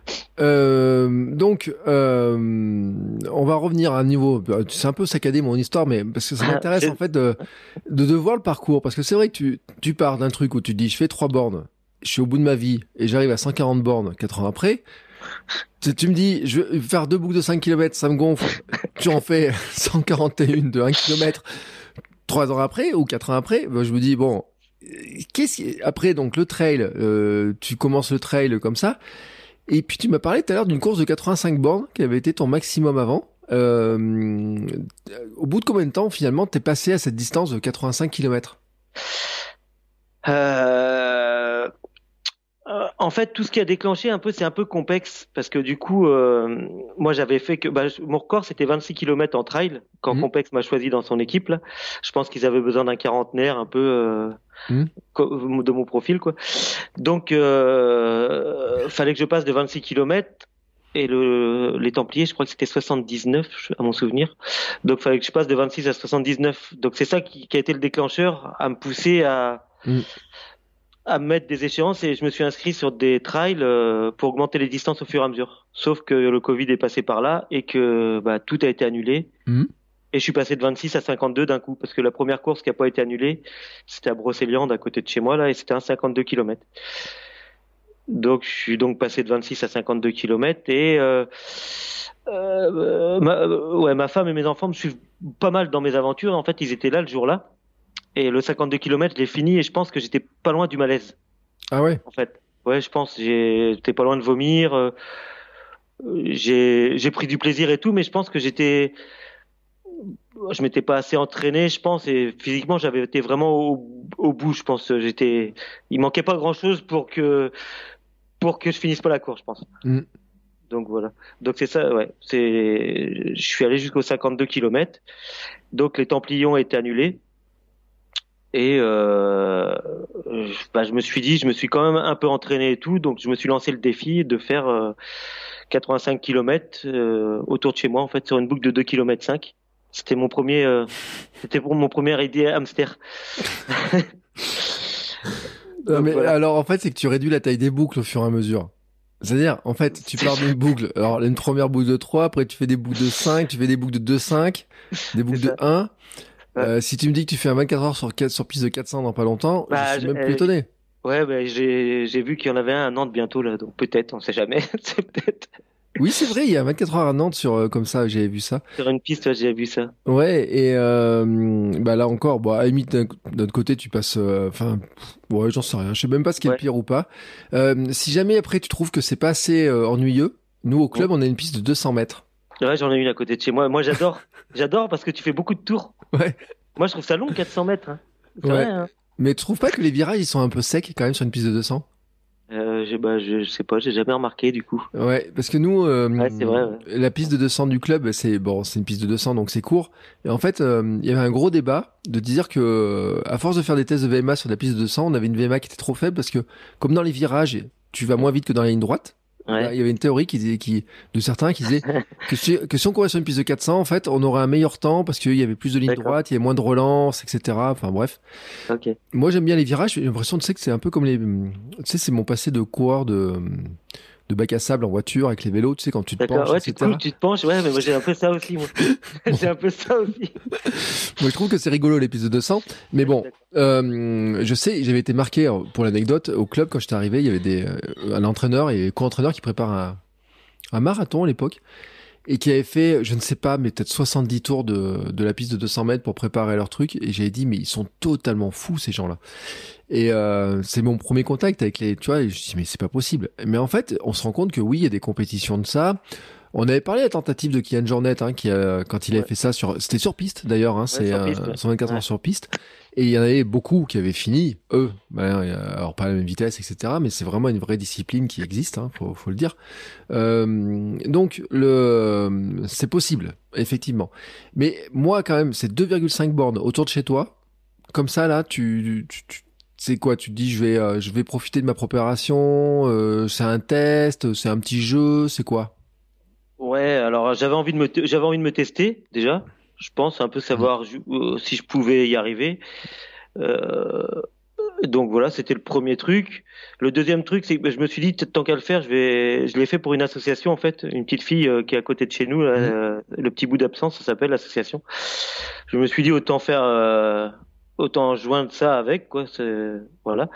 Donc, on va revenir à un niveau. C'est un peu saccadé mon histoire, mais parce que ça m'intéresse en fait de voir le parcours, parce que c'est vrai que tu pars d'un truc où tu te dis je fais 3 bornes, je suis au bout de ma vie et j'arrive à 140 bornes 4 ans après. Tu me dis, je vais faire 2 boucles de 5 km, ça me gonfle. Tu en fais 141 de 1 km 3 ans après ou 4 ans après. Je me dis, bon, après, donc, le trail, tu commences le trail comme ça. Et puis, tu m'as parlé tout à l'heure d'une course de 85 bornes qui avait été ton maximum avant. Au bout de combien de temps, finalement, t'es passé à cette distance de 85 km? En fait, tout ce qui a déclenché c'est un peu complexe parce que du coup, moi j'avais fait que mon record c'était 26 km en trail quand Compex m'a choisi dans son équipe là. Je pense qu'ils avaient besoin d'un quarantenaire un peu de mon profil quoi. Donc fallait que je passe de 26 km et les Templiers, je crois que c'était 79 à mon souvenir. Donc fallait que je passe de 26 à 79. Donc c'est ça qui a été le déclencheur à me pousser à me mettre des échéances et je me suis inscrit sur des trails pour augmenter les distances au fur et à mesure. Sauf que le Covid est passé par là et que tout a été annulé. Et je suis passé de 26 à 52 d'un coup parce que la première course qui a pas été annulée, c'était à Brocéliande à côté de chez moi là et c'était un 52 km. Donc je suis donc passé de 26 à 52 km et ma femme et mes enfants me suivent pas mal dans mes aventures. En fait, ils étaient là le jour-là. Et le 52 km, je l'ai fini et je pense que j'étais pas loin du malaise. Ah ouais? En fait. Ouais, je pense. J'étais pas loin de vomir. J'ai pris du plaisir et tout, mais je pense que je m'étais pas assez entraîné, je pense, et physiquement, j'avais été vraiment au bout, je pense. Il manquait pas grand chose pour que je finisse pas la course, je pense. Donc voilà. Donc c'est ça, ouais. Je suis allé jusqu'au 52 km. Donc les Templiers ont été annulés. Et je me suis dit, je me suis quand même un peu entraîné et tout, donc je me suis lancé le défi de faire 85 km autour de chez moi, en fait, sur une boucle de 2 km 5. C'était pour mon premier idée hamster. Non, mais voilà. alors, en fait, c'est que tu réduis la taille des boucles au fur et à mesure. C'est-à-dire, en fait, tu pars d'une boucle. Alors, une première boucle de 3, après tu fais des boucles de 5, tu fais des boucles de 2,5, des boucles C'est de ça. 1. Ouais. Si tu me dis que tu fais un 24 heures sur piste de 400 dans pas longtemps, je Bah, suis même plus étonné. ouais, bah, j'ai vu qu'il y en avait un à Nantes bientôt, là, donc peut-être, on sait jamais. C'est peut-être Oui, c'est vrai, il y a 24 heures à Nantes sur comme ça, j'avais vu ça. sur une piste, ouais, j'ai vu ça. Ouais, et bah là encore, bon, à la limite, d'un autre côté, tu passes, enfin, ouais, j'en sais rien, je sais même pas ce qui est le Ouais. pire ou pas. Si jamais après tu trouves que c'est pas assez ennuyeux, nous au club, Bon. on a une piste de 200 mètres. Ouais, j'en ai une à côté de chez moi. Moi, j'adore. J'adore parce que tu fais beaucoup de tours. Ouais, Moi, je trouve ça long, 400 mètres. Hein. C'est vrai, ouais. hein. Mais tu trouves pas que les virages, ils sont un peu secs quand même sur une piste de 200? Je sais pas, j'ai jamais remarqué du coup. Ouais, parce que nous, Ouais, c'est vrai. Ouais. la piste de 200 du club, c'est bon, c'est une piste de 200, donc c'est court. Et en fait, il y avait un gros débat de dire que, à force de faire des tests de VMA sur la piste de 200, on avait une VMA qui était trop faible parce que, comme dans les virages, tu vas moins vite que dans la ligne droite. Ouais. Il y avait une théorie de certains qui disait que si on courait sur une piste de 400, en fait, on aurait un meilleur temps parce qu'il y avait plus de lignes D'accord. droites, il y avait moins de relance, etc. Enfin bref. Ok. Moi, j'aime bien les virages. J'ai l'impression, tu sais, que c'est un peu comme tu sais, c'est mon passé de coureur de bac à sable en voiture avec les vélos, tu sais, quand tu te D'accord. penches, Ouais, tu te etc. couches, tu te penches. Ouais, mais moi, j'ai un peu ça aussi, moi. J'ai un peu ça aussi. Moi, je trouve que c'est rigolo les pistes de 200. Mais bon, D'accord. je sais, j'avais été marqué, pour l'anecdote, au club, quand j'étais arrivé, il y avait un entraîneur et co-entraîneur qui prépare un marathon à l'époque et qui avait fait, je ne sais pas, mais peut-être 70 tours de la piste de 200 mètres pour préparer leur truc. Et j'avais dit, mais ils sont totalement fous, ces gens-là. Et c'est mon premier contact avec les, tu vois, et je me dis, mais c'est pas possible. Mais en fait, on se rend compte que oui, il y a des compétitions de ça. On avait parlé de la tentative de Kian Jornet, hein, quand il avait Ouais. fait ça c'était sur piste d'ailleurs, hein, c'est sur piste, ouais. 124 heures Ouais. sur piste. Et il y en avait beaucoup qui avaient fini, eux, alors pas à la même vitesse, etc. Mais c'est vraiment une vraie discipline qui existe, hein, faut le dire. Donc c'est possible, effectivement. Mais moi quand même, c'est 2,5 bornes autour de chez toi. Comme ça là, c'est quoi? Tu te dis je vais profiter de ma préparation, c'est un test, c'est un petit jeu, c'est quoi? Ouais, alors j'avais envie de me tester déjà. Je pense un peu savoir si je pouvais y arriver. Euh, donc voilà, c'était le premier truc. Le deuxième truc, c'est que je me suis dit tant qu'à le faire, je l'ai fait pour une association en fait, une petite fille qui est à côté de chez nous, là, le petit bout d'absence, ça s'appelle l'association. Je me suis dit autant joindre ça avec quoi. Voilà.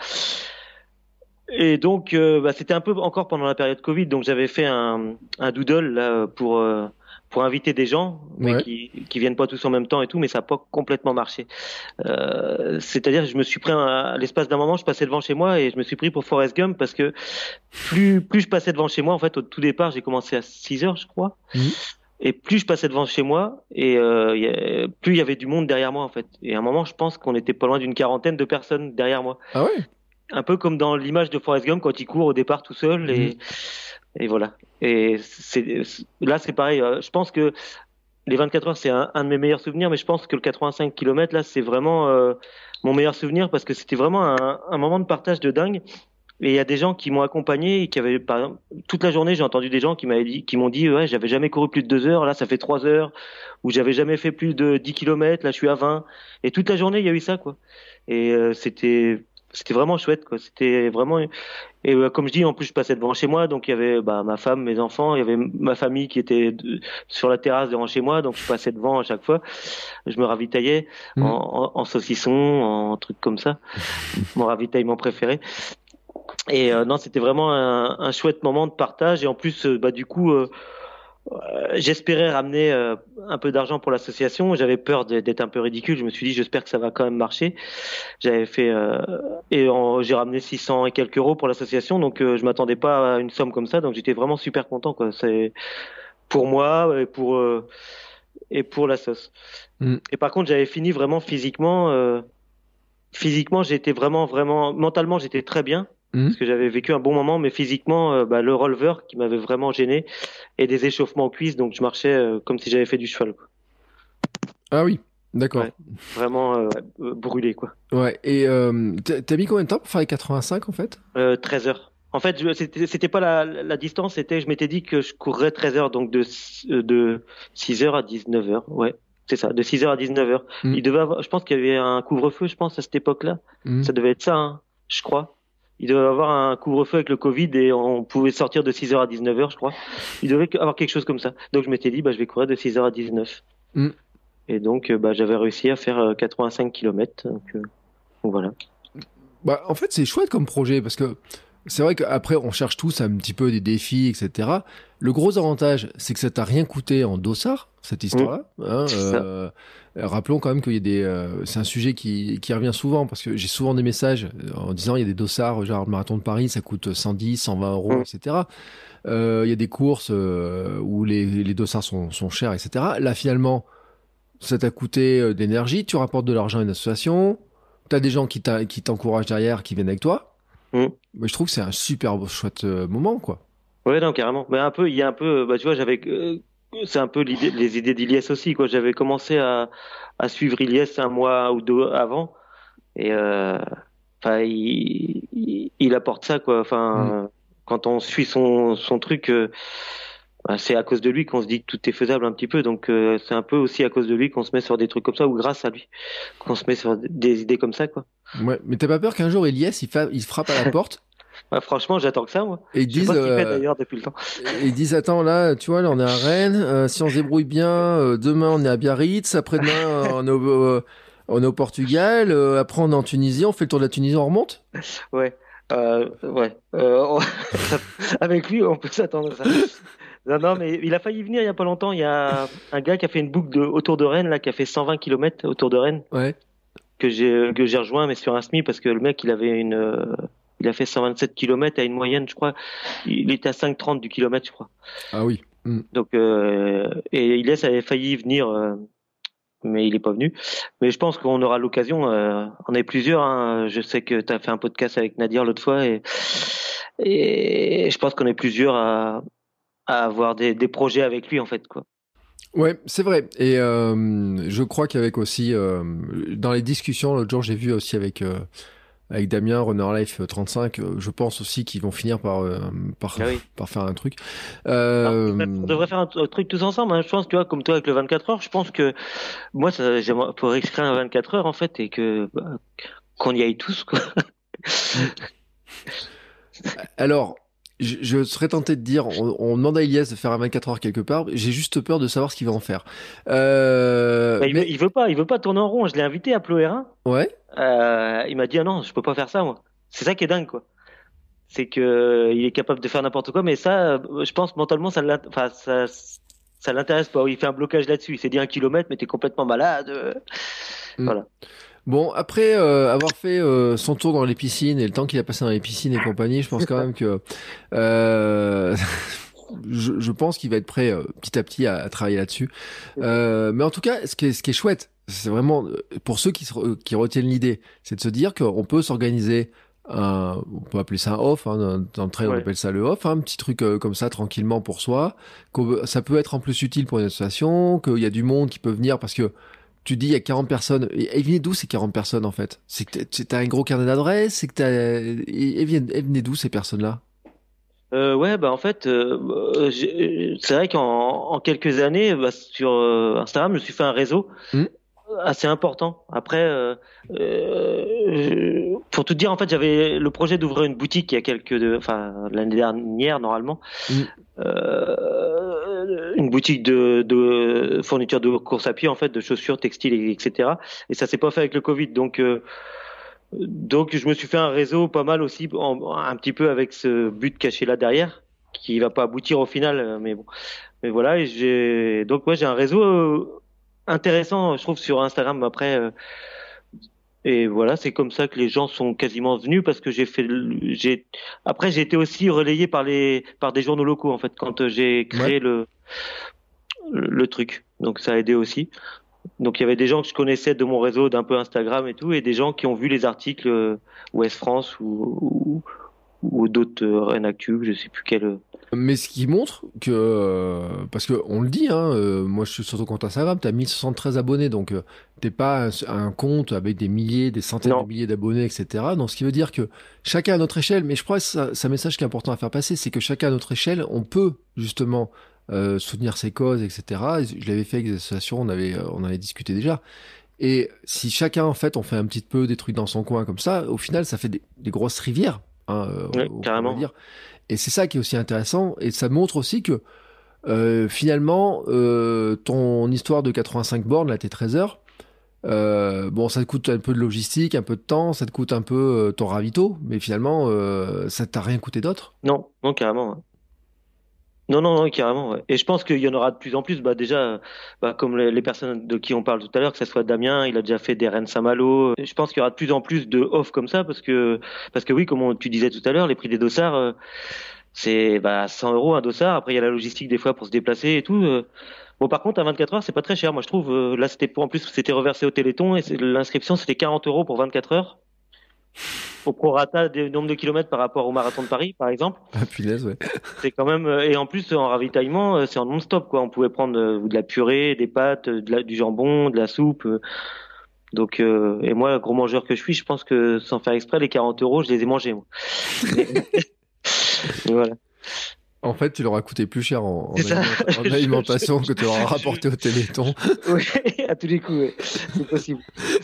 Et donc, c'était un peu encore pendant la période Covid, donc j'avais fait un doodle là pour inviter des gens, mais Ouais. qui viennent pas tous en même temps et tout, mais ça n'a pas complètement marché. C'est-à-dire, je me suis pris à l'espace d'un moment, je passais devant chez moi et je me suis pris pour Forrest Gump parce que plus je passais devant chez moi, en fait, au tout départ, j'ai commencé à 6 heures, je crois. Mhm. Et plus je passais devant chez moi, et plus il y avait du monde derrière moi en fait. Et à un moment, je pense qu'on était pas loin d'une quarantaine de personnes derrière moi. Ah ouais? Un peu comme dans l'image de Forrest Gump quand il court au départ tout seul et voilà. Et là c'est pareil. Je pense que les 24 heures c'est un de mes meilleurs souvenirs, mais je pense que le 85 km là c'est vraiment mon meilleur souvenir parce que c'était vraiment un moment de partage de dingue. Et il y a des gens qui m'ont accompagné et qui avaient, par exemple, toute la journée, j'ai entendu des gens qui m'ont dit, ouais, j'avais jamais couru plus de 2 heures, là, ça fait 3 heures, ou j'avais jamais fait plus de 10 kilomètres, là, je suis à 20. Et toute la journée, il y a eu ça, quoi. Et c'était vraiment chouette, quoi. C'était vraiment. Et comme je dis, en plus, je passais devant chez moi, donc il y avait ma femme, mes enfants, il y avait ma famille qui était sur la terrasse devant chez moi, donc je passais devant à chaque fois. Je me ravitaillais en saucisson, en trucs comme ça, mon ravitaillement préféré. Et non, c'était vraiment un chouette moment de partage. Et en plus, du coup, j'espérais ramener un peu d'argent pour l'association. J'avais peur d'être un peu ridicule. Je me suis dit, j'espère que ça va quand même marcher. J'avais fait j'ai ramené 600 et quelques euros pour l'association. Donc, je m'attendais pas à une somme comme ça. Donc, j'étais vraiment super content, quoi. C'est pour moi et pour la sauce. Mm. Et par contre, j'avais fini vraiment physiquement. Physiquement, j'étais vraiment mentalement, j'étais très bien. Parce que j'avais vécu un bon moment, mais physiquement, le releveur qui m'avait vraiment gêné et des échauffements aux cuisses, donc je marchais comme si j'avais fait du cheval, quoi. Ah oui, d'accord. Ouais, vraiment brûlé, quoi. Ouais, et t'as mis combien de temps pour faire les 85 en fait? 13 heures. En fait, c'était pas la distance, je m'étais dit que je courrais 13 heures, donc de 6 heures à 19 heures. Ouais, c'est ça, de 6 heures à 19 heures. Mm. Je pense qu'il y avait un couvre-feu, je pense, à cette époque-là. Mm. Ça devait être ça, hein, je crois. Il devait avoir un couvre-feu avec le Covid et on pouvait sortir de 6h à 19h, je crois. Il devait avoir quelque chose comme ça. Donc je m'étais dit, je vais courir de 6h à 19. Mm. Et donc j'avais réussi à faire 85 km. Donc voilà. En fait, c'est chouette comme projet parce que c'est vrai qu'après, on cherche tous un petit peu des défis, etc. Le gros avantage, c'est que ça t'a rien coûté en dossard, cette histoire-là. Hein, rappelons quand même qu'il y a c'est un sujet qui revient souvent parce que j'ai souvent des messages en disant il y a des dossards, genre le marathon de Paris, ça coûte 110, 120 euros, etc. Il y a des courses où les dossards sont chers, etc. Là, finalement, ça t'a coûté d'énergie, tu rapportes de l'argent à une association, t'as des gens qui t'encouragent derrière, qui viennent avec toi. Mais je trouve que c'est un super chouette moment, quoi. Ouais, non, carrément. Mais il y a un peu, tu vois, c'est un peu les idées d'Iliès aussi, quoi. J'avais commencé à suivre Iliès un mois ou deux avant, et il apporte ça, quoi. Enfin, quand on suit son truc, c'est à cause de lui qu'on se dit que tout est faisable un petit peu. Donc c'est un peu aussi à cause de lui qu'on se met sur des trucs comme ça, ou grâce à lui qu'on se met sur des idées comme ça, quoi. Ouais, mais t'as pas peur qu'un jour Iliès il frappe à la porte? Franchement, j'attends que ça, moi. Et ils je sais pas ce qu'il fait d'ailleurs depuis le temps. Et ils disent, attends, là, tu vois, là, on est à Rennes, si on se débrouille bien, demain, on est à Biarritz, après-demain, on est au Portugal, après, on est en Tunisie, on fait le tour de la Tunisie, on remonte? Ouais. Ouais. Avec lui, on peut s'attendre à ça. Non, mais il a failli venir il y a pas longtemps. Il y a un gars qui a fait une boucle autour de Rennes, là, qui a fait 120 km autour de Rennes. Ouais. Que j'ai rejoint, mais sur un SMI, parce que le mec, il a fait 127 km à une moyenne, je crois. Il était à 5,30 du kilomètre, je crois. Ah oui. Donc, et Iliès avait failli venir, mais il est pas venu. Mais je pense qu'on aura l'occasion. On est plusieurs. Hein. Je sais que tu as fait un podcast avec Nadir l'autre fois, et je pense qu'on est plusieurs à avoir des projets avec lui, en fait, quoi. Ouais, c'est vrai. Et je crois qu'avec aussi, dans les discussions, l'autre jour, j'ai vu aussi avec Damien, Runner Life 35, je pense aussi qu'ils vont finir par faire un truc. On devrait faire un truc tous ensemble, hein. Je pense, tu vois, comme toi avec le 24 heures, je pense que moi, j'aimerais pour inscrire un 24 heures, en fait, et qu'on y aille tous, quoi. Alors, je serais tenté de dire, on demande à Iliès de faire un 24 heures quelque part, j'ai juste peur de savoir ce qu'il va en faire. Il veut pas tourner en rond. Je l'ai invité à Ploérin. Ouais. Il m'a dit, ah non, je peux pas faire ça, moi. C'est ça qui est dingue, quoi. C'est que il est capable de faire n'importe quoi, mais ça, je pense mentalement, ça l'intéresse pas. Il fait un blocage là-dessus. Il s'est dit 1 kilomètre, mais t'es complètement malade. Voilà. Bon, après avoir fait son tour dans les piscines et le temps qu'il a passé dans les piscines et compagnie, je pense quand même que je pense qu'il va être prêt petit à petit à travailler là-dessus. Mais en tout cas, ce qui est chouette, c'est vraiment pour ceux qui retiennent l'idée, c'est de se dire qu'on peut s'organiser. On peut appeler ça un off, hein, dans le trail on appelle ça le off, hein, un petit truc comme ça tranquillement pour soi. Ça peut être en plus utile pour une association, qu'il y a du monde qui peut venir parce que tu dis il y a 40 personnes. Et elles venaient d'où ces 40 personnes en fait? C'est que t'as un gros carnet d'adresses, c'est que elles venaient d'où ces personnes-là? Ouais, en fait, c'est vrai qu'en quelques années, sur Instagram, je me suis fait un réseau assez important. Après, pour tout te dire, en fait, j'avais le projet d'ouvrir une boutique il y a l'année dernière normalement, une boutique de fourniture de course à pied, en fait, de chaussures, textiles, etc. Et ça s'est pas fait avec le Covid, donc je me suis fait un réseau pas mal aussi, un petit peu avec ce but caché là derrière, qui va pas aboutir au final, mais bon. Mais voilà, et j'ai un réseau intéressant, je trouve, sur Instagram après. Et voilà, c'est comme ça que les gens sont quasiment venus parce que après j'ai été aussi relayé par des journaux locaux en fait quand j'ai créé le truc. Donc ça a aidé aussi. Donc il y avait des gens que je connaissais de mon réseau d'un peu Instagram et tout, et des gens qui ont vu les articles Ouest France ou d'autres Rennes Actu, je sais plus quel. Mais ce qui montre que, parce que on le dit, hein, moi je suis sur ton compte Instagram, t'as 1073 abonnés, donc t'es pas un compte avec des milliers, des centaines de milliers d'abonnés, etc. Donc ce qui veut dire que chacun à notre échelle, mais je crois que c'est un message qui est important à faire passer, c'est que chacun à notre échelle, on peut justement soutenir ses causes, etc. Je l'avais fait avec des associations, on avait discuté déjà. Et si chacun, en fait, on fait un petit peu des trucs dans son coin comme ça, au final, ça fait des grosses rivières. on carrément. pourrait dire. Et c'est ça qui est aussi intéressant, et ça montre aussi que finalement, ton histoire de 85 bornes, là, tes 13 heures, bon, ça te coûte un peu de logistique, un peu de temps, ça te coûte un peu ton ravito, mais finalement, ça t'a rien coûté d'autre. Non, non, carrément. Ouais. Non, non, non, carrément. Ouais. Et je pense qu'il y en aura de plus en plus. Bah déjà, comme les personnes de qui on parle tout à l'heure, que ce soit Damien, il a déjà fait des Rennes Saint-Malo. Je pense qu'il y aura de plus en plus de offres comme ça parce que oui, tu disais tout à l'heure, les prix des dossards, c'est 100 euros un dossard. Après, il y a la logistique des fois pour se déplacer et tout. Bon, par contre, à 24 heures, c'est pas très cher. Moi, je trouve. Là, en plus, c'était reversé au Téléthon et l'inscription, c'était 40 euros pour 24 heures. Au prorata du nombre de kilomètres par rapport au marathon de Paris, par exemple. Ah, punaise, ouais. C'est quand même et en plus en ravitaillement, c'est en non-stop quoi. On pouvait prendre de la purée, des pâtes, du jambon, de la soupe. Donc et moi, gros mangeur que je suis, je pense que sans faire exprès, les 40 euros, je les ai mangés moi. Voilà. En fait, tu leur as coûté plus cher en C'est ça. alimentation que tu leur as rapporté au Téléthon. Oui, à tous les coups, ouais. C'est possible.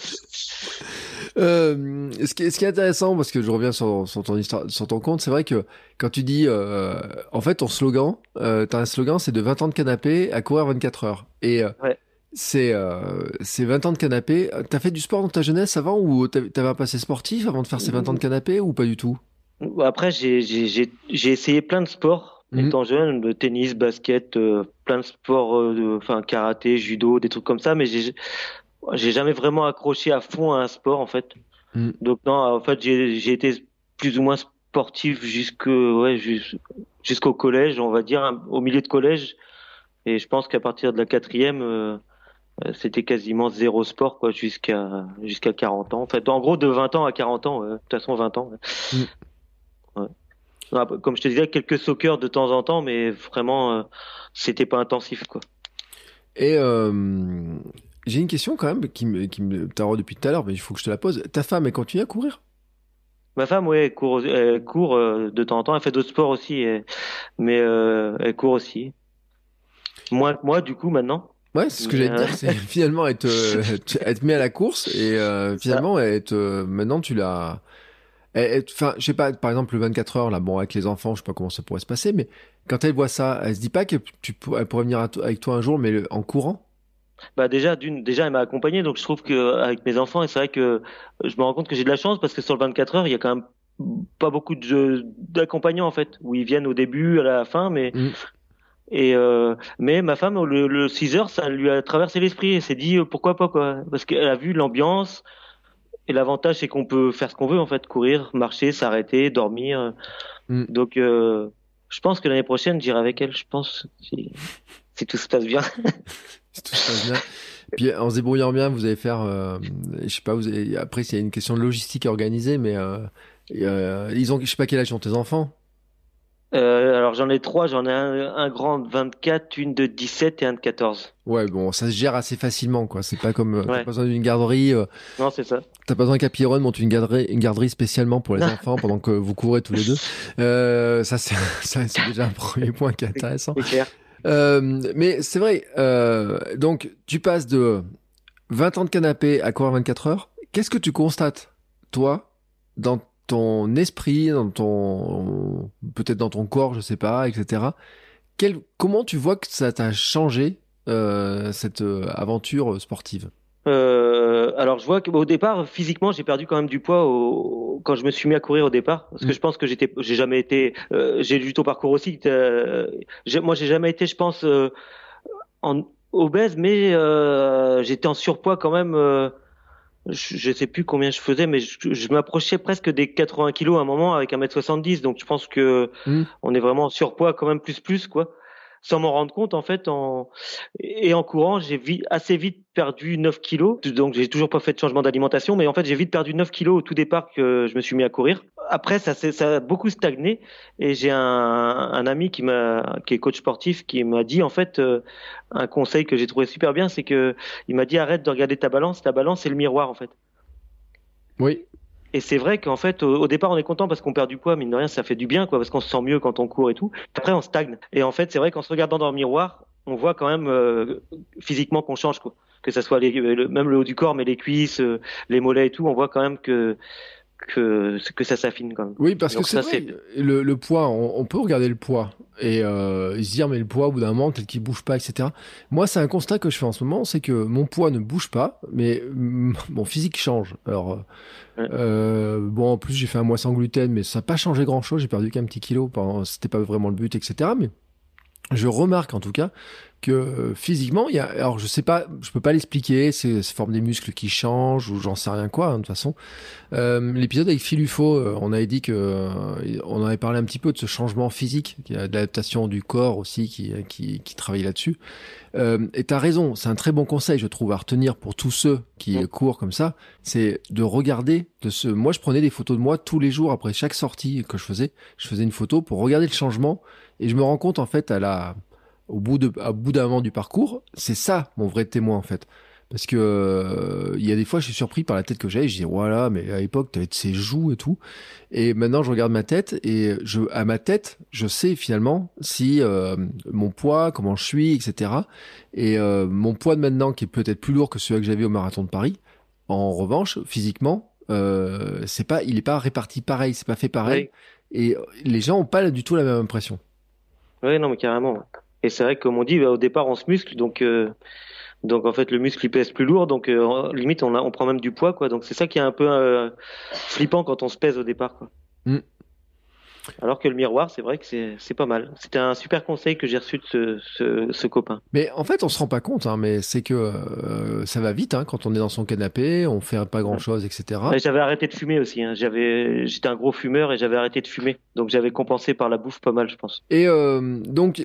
Ce qui est intéressant, parce que je reviens sur ton histoire, sur ton compte, c'est vrai que quand tu dis, en fait, ton slogan, t'as un slogan, c'est de 20 ans de canapé à courir 24 heures. Et Ouais. c'est 20 ans de canapé. T'as fait du sport dans ta jeunesse avant, ou t'avais un passé sportif avant de faire ces 20 ans de canapé, ou pas du tout? Après, j'ai essayé plein de sports Mhm. étant jeune, de tennis, basket, plein de sports, enfin karaté, judo, des trucs comme ça, mais j'ai jamais vraiment accroché à fond à un sport en fait. Mhm. Donc non, en fait, j'ai été plus ou moins sportif jusqu'au collège, on va dire, au milieu de collège. Et je pense qu'à partir de la quatrième, c'était quasiment zéro sport, quoi, jusqu'à 40 ans. En fait, en gros, de 20 ans à 40 ans, de toute façon, 20 ans. Ouais. Mhm. Ouais. Comme je te disais, quelques soccer de temps en temps, mais vraiment, c'était pas intensif, quoi. Et j'ai une question quand même qui me taraude depuis tout à l'heure, mais il faut que je te la pose. Ta femme, elle continue à courir? Ma femme, ouais, elle court de temps en temps. Elle fait d'autres sports aussi, mais elle court aussi. Moins que moi, du coup, maintenant. Ouais, c'est ce que Mais, j'allais te dire, c'est finalement elle te met à la course et c'est ça. finalement maintenant tu l'as. Enfin, je sais pas, par exemple le 24 heures là, bon avec les enfants, je sais pas comment ça pourrait se passer, mais quand elle voit ça, elle se dit pas que elle pourrait venir avec toi un jour, mais en courant? Déjà, elle m'a accompagné, donc je trouve que avec mes enfants, et c'est vrai que je me rends compte que j'ai de la chance parce que sur le 24 heures, il y a quand même pas beaucoup d'accompagnants en fait, où ils viennent au début, à la fin, Mm. mais ma femme, le 6 heures, ça lui a traversé l'esprit. Elle s'est dit pourquoi pas quoi, parce qu'elle a vu l'ambiance et l'avantage c'est qu'on peut faire ce qu'on veut en fait, courir, marcher, s'arrêter, dormir. Mm. Donc je pense que l'année prochaine, j'irai avec elle. Je pense si tout se passe bien. Si tout se passe bien. Puis en se débrouillant bien, vous allez faire, je sais pas, après s'il y a une question de logistique à organiser, mais ils ont, je sais pas quel âge ont tes enfants. Alors j'en ai trois, j'en ai un grand de 24, une de 17 et un de 14. Ouais, bon, ça se gère assez facilement, quoi. C'est pas comme, t'as pas Ouais, besoin d'une garderie, non c'est ça. t'as pas besoin qu'à Pierron monte une garderie spécialement pour les enfants pendant que vous courez tous les deux. Ça, c'est déjà un premier point qui est intéressant. C'est clair. Mais c'est vrai, donc, tu passes de 20 ans de canapé à courir 24 heures. Qu'est-ce que tu constates, toi, dans ton esprit, peut-être dans ton corps, je sais pas, etc. Comment tu vois que ça t'a changé, cette aventure sportive? Alors je vois que au départ physiquement j'ai perdu quand même du poids quand je me suis mis à courir au départ parce que Mm. je pense que j'ai jamais été j'ai lu ton parcours aussi moi j'ai jamais été je pense en obèse mais j'étais en surpoids quand même je sais plus combien je faisais mais je m'approchais presque des 80 kilos à un moment avec 1m70 donc je pense que Mm. on est vraiment en surpoids quand même plus quoi sans m'en rendre compte en fait en courant assez vite perdu 9 kilos donc j'ai toujours pas fait de changement d'alimentation mais en fait j'ai vite perdu 9 kilos au tout départ que je me suis mis à courir après ça a beaucoup stagné et j'ai un ami qui est coach sportif qui m'a dit en fait un conseil que j'ai trouvé super bien c'est que il m'a dit arrête de regarder ta balance c'est le miroir en fait. Oui. Et c'est vrai qu'en fait, au départ, on est content parce qu'on perd du poids, mine de rien, ça fait du bien, quoi, parce qu'on se sent mieux quand on court et tout. Après, on stagne. Et en fait, c'est vrai qu'en se regardant dans le miroir, on voit quand même physiquement qu'on change, quoi. Que ça soit même le haut du corps, mais les cuisses, les mollets et tout, on voit quand même que ça s'affine quand même. Oui, parce Donc que c'est ça, vrai, le poids, on peut regarder le poids et se dire, mais le poids, au bout d'un moment, peut-être qu'il bouge pas, etc. Moi, c'est un constat que je fais en ce moment, c'est que mon poids ne bouge pas, mais mon physique change. Alors, Ouais. bon, en plus, j'ai fait un mois sans gluten, mais ça n'a pas changé grand-chose, j'ai perdu qu'un petit kilo, c'était pas vraiment le but, etc. Mais je remarque en tout cas que physiquement, il y a, alors je sais pas, je peux pas l'expliquer, c'est forme des muscles qui changent ou j'en sais rien quoi, de toute façon. L'épisode avec Phil Ufo, on avait dit que, on avait parlé un petit peu de ce changement physique, de l'adaptation du corps aussi qui travaille là-dessus. Et t'as raison, c'est un très bon conseil, je trouve, à retenir pour tous ceux qui courent comme ça, c'est de regarder, moi je prenais des photos de moi tous les jours après chaque sortie que je faisais une photo pour regarder le changement et je me rends compte en fait au bout d'un moment du parcours, c'est ça mon vrai témoin en fait. Parce que il y a des fois, je suis surpris par la tête que j'avais. Je dis voilà, mais à l'époque, t'avais de ces joues et tout. Et maintenant, je regarde ma tête et à ma tête, je sais finalement si mon poids, comment je suis, etc. Et mon poids de maintenant, qui est peut-être plus lourd que celui que j'avais au marathon de Paris. En revanche, physiquement, il est pas réparti pareil, c'est pas fait pareil. Oui. Et les gens ont pas du tout la même impression. Oui, non, mais carrément. Et c'est vrai que, comme on dit, au départ, on se muscle, donc en fait, le muscle il pèse plus lourd, donc limite on prend même du poids, quoi. Donc c'est ça qui est un peu flippant quand on se pèse au départ, quoi. Mm. Alors que le miroir, c'est vrai que c'est pas mal. C'était un super conseil que j'ai reçu de ce copain. Mais en fait, on se rend pas compte, hein, mais c'est que ça va vite hein, quand on est dans son canapé, on fait pas grand-chose, etc. Ouais, j'avais arrêté de fumer aussi, hein. J'étais un gros fumeur et j'avais arrêté de fumer, donc j'avais compensé par la bouffe pas mal, je pense. Et donc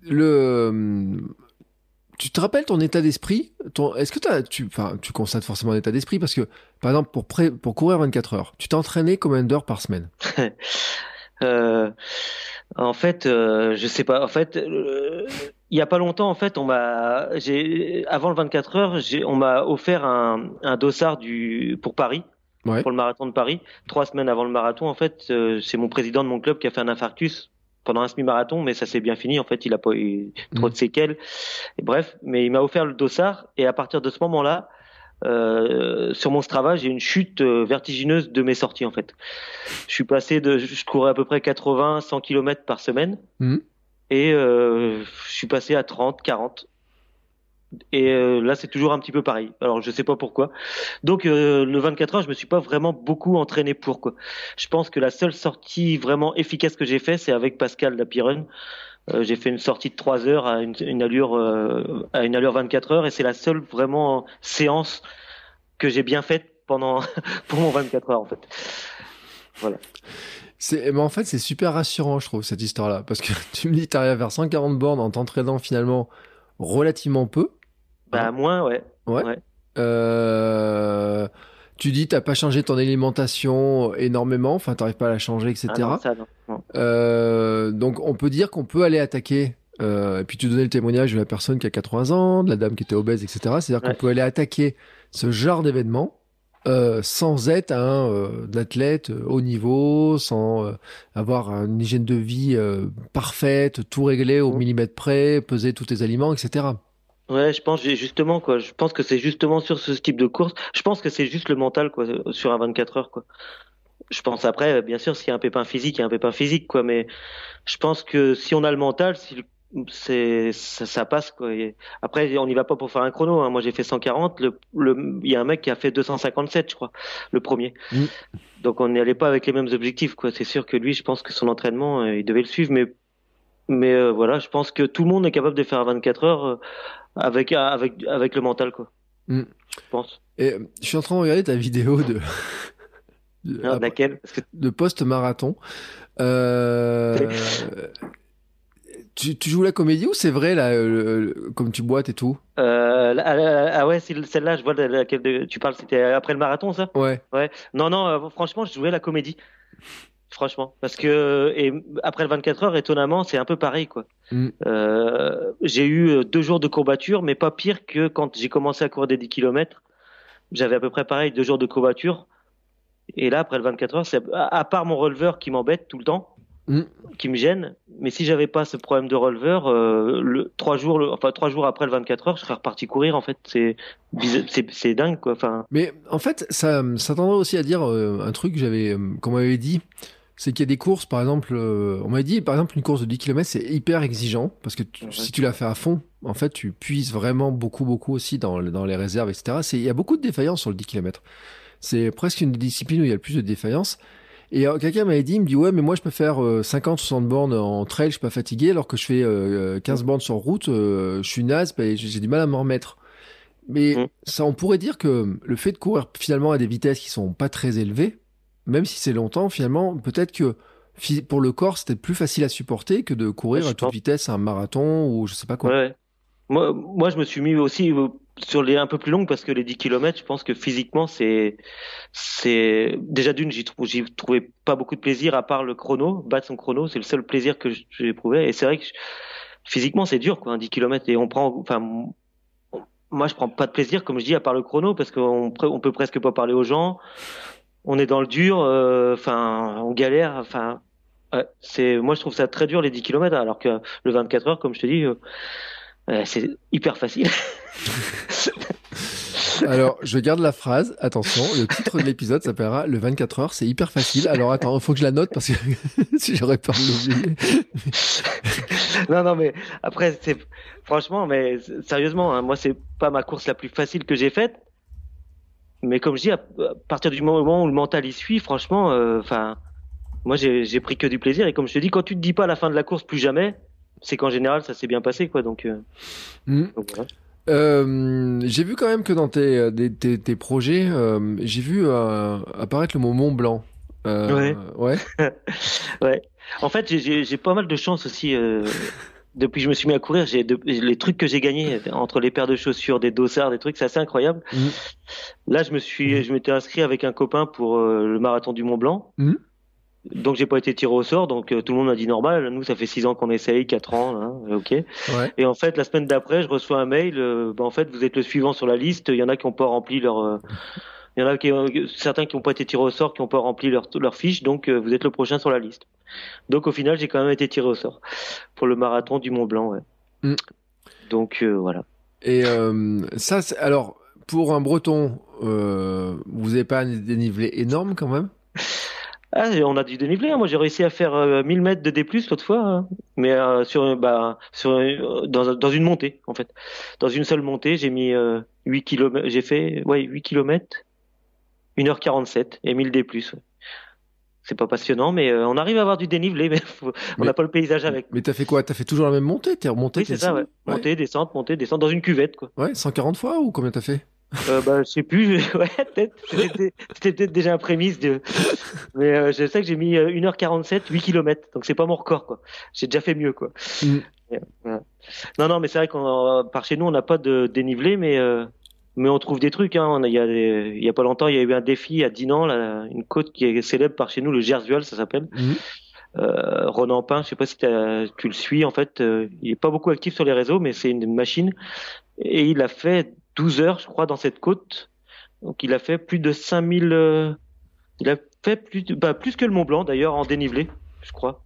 tu te rappelles ton état d'esprit? Est-ce que tu constates forcément un état d'esprit parce que par exemple pour courir 24 heures, tu t'es entraîné combien d'heures par semaine? En fait, je sais pas. En fait, il y a pas longtemps, en fait, avant le 24 heures, on m'a offert un dossard pour Paris, Ouais. pour le marathon de Paris. 3 semaines avant le marathon, en fait, c'est mon président de mon club qui a fait un infarctus pendant un semi-marathon, mais ça s'est bien fini. En fait, il a pas eu trop de séquelles. Et bref, mais il m'a offert le dossard et à partir de ce moment-là, sur mon Strava, j'ai une chute vertigineuse de mes sorties en fait. Je courais à peu près 80, 100 km par semaine Mhm. et je suis passé à 30, 40. Et là, c'est toujours un petit peu pareil. Alors, je sais pas pourquoi. Donc, le 24 heures, je me suis pas vraiment beaucoup entraîné pour quoi. Je pense que la seule sortie vraiment efficace que j'ai fait, c'est avec Pascal Lapirun. J'ai fait une sortie de 3 heures à une allure 24 heures et c'est la seule vraiment séance que j'ai bien faite pour mon 24 heures en fait. Voilà. Mais en fait, c'est super rassurant, je trouve, cette histoire-là. Parce que tu me dis, t'arrives à faire 140 bornes en t'entraînant finalement relativement peu. Bah, Hein. moins, ouais. Ouais. Ouais. Tu dis, t'as pas changé ton alimentation énormément, enfin, t'arrives pas à la changer, etc. Ah non, ça, non. Donc, on peut dire qu'on peut aller attaquer. Et puis, tu donnais le témoignage de la personne qui a 80 ans, de la dame qui était obèse, etc. C'est-à-dire qu'on peut aller attaquer ce genre d'événement sans être un athlète haut niveau, sans avoir une hygiène de vie parfaite, tout réglé au millimètre près, peser tous tes aliments, etc. Ouais, je pense justement quoi. Je pense que c'est justement sur ce type de course. Je pense que c'est juste le mental quoi, sur un 24 heures quoi. Je pense après, bien sûr, s'il y a un pépin physique, il y a un pépin physique quoi. Mais je pense que si on a le mental, ça passe quoi. Et après, on n'y va pas pour faire un chrono. Hein. Moi, j'ai fait 140. Il y a un mec qui a fait 257, je crois, le premier. Mm. Donc, on n'y allait pas avec les mêmes objectifs quoi. C'est sûr que lui, je pense que son entraînement, il devait le suivre, mais voilà, je pense que tout le monde est capable de faire 24 heures avec le mental quoi. Mm. Je pense. Et je suis en train de regarder ta vidéo Laquelle? de post-marathon. Tu joues la comédie ou c'est vrai, là, comme tu boites et tout? Ah ouais, c'est celle-là, je vois de laquelle tu parles, c'était après le marathon, ça? Ouais. Ouais. Non, non, franchement, je jouais la comédie. Franchement. Parce que, et après le 24 heures, étonnamment, c'est un peu pareil, quoi. Mm. J'ai eu 2 jours de courbature, mais pas pire que quand j'ai commencé à courir des 10 km. J'avais à peu près pareil, 2 jours de courbature. Et là, après le 24 heures, à part mon releveur qui m'embête tout le temps, qui me gêne. Mais si j'avais pas ce problème de releveur, 3 jours après le 24 heures, je serais reparti courir. En fait, c'est dingue, quoi. Enfin. Mais en fait, ça tendrait aussi à dire un truc qu'on m'avait dit. C'est qu'il y a des courses, par exemple, on m'a dit, par exemple, une course de 10 km, c'est hyper exigeant, parce que si tu la fais à fond, en fait, tu puises vraiment beaucoup, beaucoup aussi dans les réserves, etc. Il y a beaucoup de défaillances sur le 10 km. C'est presque une discipline où il y a le plus de défaillances. Et quelqu'un m'avait dit, il me dit, ouais, mais moi, je peux faire 50, 60 bornes en trail, je suis pas fatigué, alors que je fais 15 bornes sur route, je suis naze, j'ai du mal à m'en remettre. Mais ça, on pourrait dire que le fait de courir finalement à des vitesses qui sont pas très élevées, même si c'est longtemps, finalement, peut-être que pour le corps, c'était plus facile à supporter que de courir à toute vitesse un marathon ou je sais pas quoi. Ouais. Moi, je me suis mis aussi sur les un peu plus longues parce que les 10 km, je pense que physiquement, c'est déjà d'une, j'y trouvais pas beaucoup de plaisir à part le chrono, battre son chrono, c'est le seul plaisir que j'ai éprouvé. Et c'est vrai que physiquement, c'est dur, quoi, un 10 km. Et moi, je prends pas de plaisir, comme je dis, à part le chrono parce qu'on peut presque pas parler aux gens. On est dans le dur, on galère, moi je trouve ça très dur les 10 km, alors que le 24 heures, comme je te dis, c'est hyper facile. Alors, je garde la phrase, attention, le titre de l'épisode s'appellera Le 24 heures, c'est hyper facile. Alors attends, il faut que je la note parce que si j'aurais peur de l'oublier. Non, mais après, franchement, mais sérieusement, hein, moi c'est pas ma course la plus facile que j'ai faite. Mais comme je dis, à partir du moment où le mental y suit, franchement, moi j'ai pris que du plaisir. Et comme je te dis, quand tu te dis pas à la fin de la course plus jamais, c'est qu'en général ça s'est bien passé, quoi. Donc voilà. J'ai vu quand même que dans tes projets, j'ai vu apparaître le mot Mont Blanc. Ouais. Ouais. Ouais. En fait, j'ai pas mal de chance aussi. Depuis que je me suis mis à courir, les trucs que j'ai gagnés entre les paires de chaussures, des dossards, des trucs, c'est assez incroyable. Là, je m'étais inscrit avec un copain pour le marathon du Mont Blanc. Donc j'ai pas été tiré au sort, donc tout le monde m'a dit normal. Nous, ça fait 6 ans qu'on essaye, 4 ans, hein, ok. Ouais. Et en fait, la semaine d'après, je reçois un mail. En fait, vous êtes le suivant sur la liste. Il y en a qui ont pas rempli il y en a certains qui n'ont pas été tirés au sort, qui n'ont pas rempli leur fiche, donc vous êtes le prochain sur la liste. Donc au final, j'ai quand même été tiré au sort pour le marathon du Mont Blanc. Ouais. Donc voilà. Et ça, alors pour un Breton, vous n'avez pas un dénivelé énorme quand même? Ah, on a du dénivelé, hein. Moi, j'ai réussi à faire 1000 mètres de D+, l'autre fois, hein. Mais dans une montée, en fait. Dans une seule montée, j'ai mis 8 km, j'ai fait 8 km, 1h47 et 1000 D+. Ouais. C'est pas passionnant, mais on arrive à avoir du dénivelé, mais on n'a pas le paysage avec. Mais t'as fait quoi? T'as fait toujours la même montée? T'es remonté? Oui, c'est ça, ouais. Montée, descente, dans une cuvette, quoi. Ouais, 140 fois ou combien t'as fait? Je sais plus, ouais, peut-être. C'était peut-être déjà un prémisse mais je sais que j'ai mis 1h47, 8 km, donc c'est pas mon record, quoi. J'ai déjà fait mieux, quoi. Voilà. Non, mais c'est vrai par chez nous, on n'a pas de dénivelé, mais on trouve des trucs, hein. Il y a pas longtemps, il y a eu un défi à Dinan, là, une côte qui est célèbre par chez nous, le Gersual, ça s'appelle. Ronan Pin, je sais pas si tu le suis, en fait, il est pas beaucoup actif sur les réseaux, mais c'est une machine, et il a fait 12 heures, je crois, dans cette côte. Donc, il a fait plus de 5000, il a fait plus que le Mont Blanc, d'ailleurs, en dénivelé, je crois.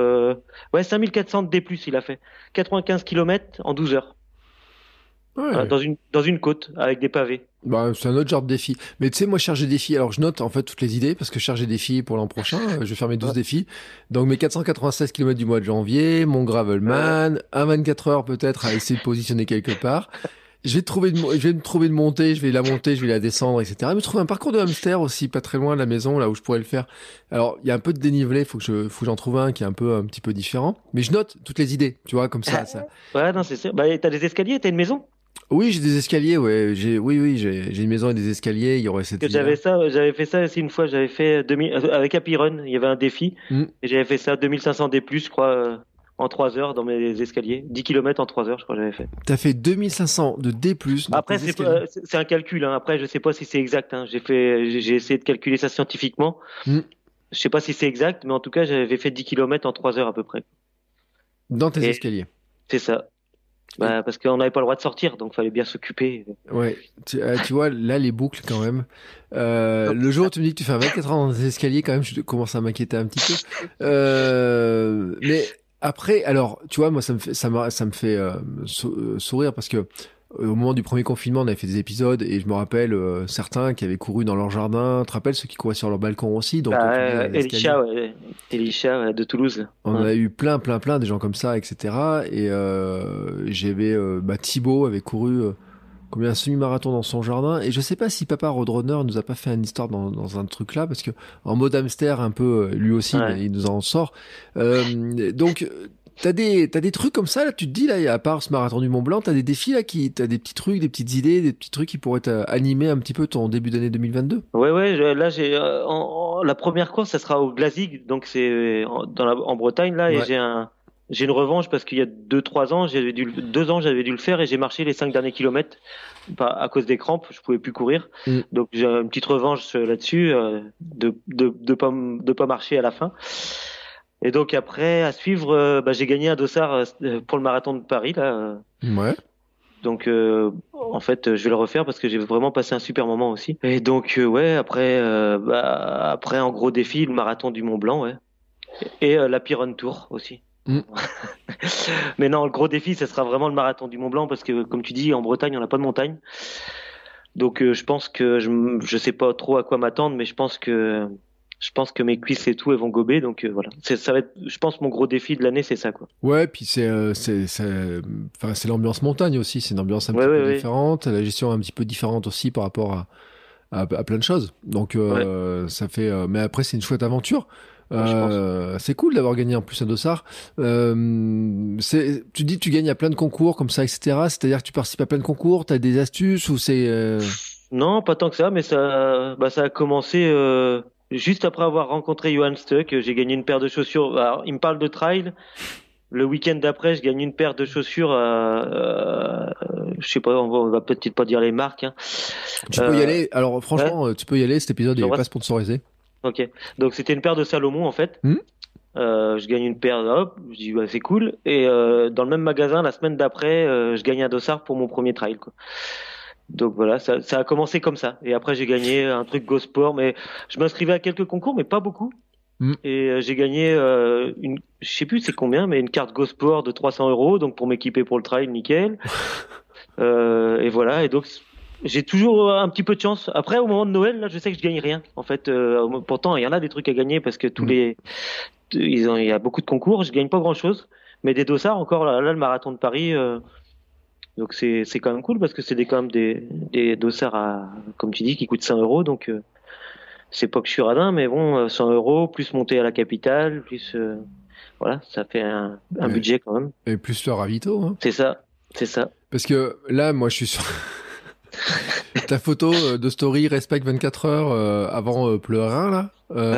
5400 D+, il a fait. 95 km en 12 heures. Ouais. Voilà, dans une côte, avec des pavés. Bah, c'est un autre genre de défi. Mais tu sais, moi, charger défi, alors je note en fait toutes les idées, parce que charger défi pour l'an prochain, je vais faire mes 12 défis. Donc mes 496 km du mois de janvier, mon Gravelman, un 24 heures peut-être à essayer de positionner quelque part. Je vais me trouver une montée, je vais la monter, je vais la descendre, etc. Mais trouver un parcours de hamster aussi, pas très loin de la maison, là où je pourrais le faire. Alors, il y a un peu de dénivelé, faut que j'en trouve un qui est un petit peu différent. Mais je note toutes les idées, tu vois, comme ça. Ouais, non, c'est sûr. Bah, t'as des escaliers, t'as une maison? Oui, j'ai des escaliers, ouais. J'ai une maison et des escaliers, il y aurait cette idée. J'avais fait ça aussi une fois, j'avais fait avec Happy Run, il y avait un défi. Et j'avais fait ça 2500 D+, je crois, en 3 heures dans mes escaliers. 10 km en 3 heures, je crois que j'avais fait. T'as fait 2500 de D+. Après, c'est un calcul, hein. Après, je sais pas si c'est exact, hein. J'ai essayé de calculer ça scientifiquement. Je sais pas si c'est exact, mais en tout cas, j'avais fait 10 km en 3 heures à peu près. Dans tes escaliers. C'est ça. Bah, parce qu'on n'avait pas le droit de sortir, donc fallait bien s'occuper. Ouais, tu vois, là, les boucles quand même. Le jour où tu me dis que tu fais un 24 heures dans des escaliers, quand même, je commence à m'inquiéter un petit peu. Mais après, alors, tu vois, moi, ça me fait sourire parce que au moment du premier confinement, on avait fait des épisodes et je me rappelle certains qui avaient couru dans leur jardin. Tu te rappelles ceux qui couraient sur leur balcon aussi? Donc, toi, tu me dis, dans les escaliers. Elisha de Toulouse. Là. On en a eu plein, des gens comme ça, etc. Et j'avais, Thibaut avait couru combien un semi-marathon dans son jardin. Et je sais pas si Papa Roadrunner nous a pas fait une histoire dans un truc là, parce que en mode hamster un peu, lui aussi, mais il nous en sort. Donc t'as des trucs comme ça là, tu te dis là, à part ce marathon du Mont Blanc, t'as des défis là t'as des petits trucs, des petites idées, des petits trucs qui pourraient animer un petit peu ton début d'année 2022. Ouais, là j'ai la première course, ça sera au Glazig, donc c'est en Bretagne là, et j'ai une revanche parce qu'il y a 2-3 ans, 2 ans j'avais dû le faire et j'ai marché les 5 derniers kilomètres à cause des crampes, je pouvais plus courir, donc j'ai une petite revanche là-dessus de pas marcher à la fin. Et donc après à suivre, j'ai gagné un dossard pour le marathon de Paris là. Ouais. Donc en fait je vais le refaire parce que j'ai vraiment passé un super moment aussi. Et donc après en gros défi le marathon du Mont Blanc et la Run Tour aussi. Mais non, le gros défi ça sera vraiment le marathon du Mont Blanc parce que comme tu dis en Bretagne on n'a pas de montagne. Donc je pense que je sais pas trop à quoi m'attendre, mais je pense que mes cuisses et tout elles vont gober, donc voilà. Ça va être, je pense, mon gros défi de l'année, c'est ça quoi. Ouais, puis c'est l'ambiance montagne aussi, c'est une ambiance un petit peu différente, la gestion un petit peu différente aussi par rapport à plein de choses. Donc ça fait mais après c'est une chouette aventure. C'est cool d'avoir gagné en plus un dossard. Tu dis tu gagnes à plein de concours comme ça, etc. C'est-à-dire que tu participes à plein de concours, t'as des astuces ou c'est Non, pas tant que ça, mais ça a commencé juste après avoir rencontré Johan Stuck. J'ai gagné une paire de chaussures. Alors, il me parle de trail. Le week-end d'après, je gagne une paire de chaussures. Je sais pas, on va peut-être pas dire les marques. Hein. Tu peux y aller. Alors franchement, tu peux y aller. Cet épisode n'est pas sponsorisé. Ok. Donc c'était une paire de Salomon en fait. Je gagne une paire, hop, je dis c'est cool. Et dans le même magasin, la semaine d'après, je gagne un dossard pour mon premier trail, quoi. Donc voilà, ça a commencé comme ça. Et après j'ai gagné un truc Go Sport, mais je m'inscrivais à quelques concours, mais pas beaucoup. Et j'ai gagné je sais plus c'est combien, mais une carte Go Sport de 300 €, donc pour m'équiper pour le trail, nickel. Et voilà, et donc j'ai toujours un petit peu de chance. Après, au moment de Noël, là, je sais que je gagne rien. En fait, pourtant, il y en a des trucs à gagner parce que il y a beaucoup de concours. Je gagne pas grand chose, mais des dossards encore. Là, le marathon de Paris. Donc c'est quand même cool parce que c'est quand même des dossards comme tu dis, qui coûtent 100 €. Donc c'est pas que je suis radin, mais bon, 100 € plus monter à la capitale, plus voilà, ça fait un budget quand même. Et plus le ravito. Hein. C'est ça. Parce que là, moi, je suis sur ta photo de story respect 24 heures avant Pleurin là.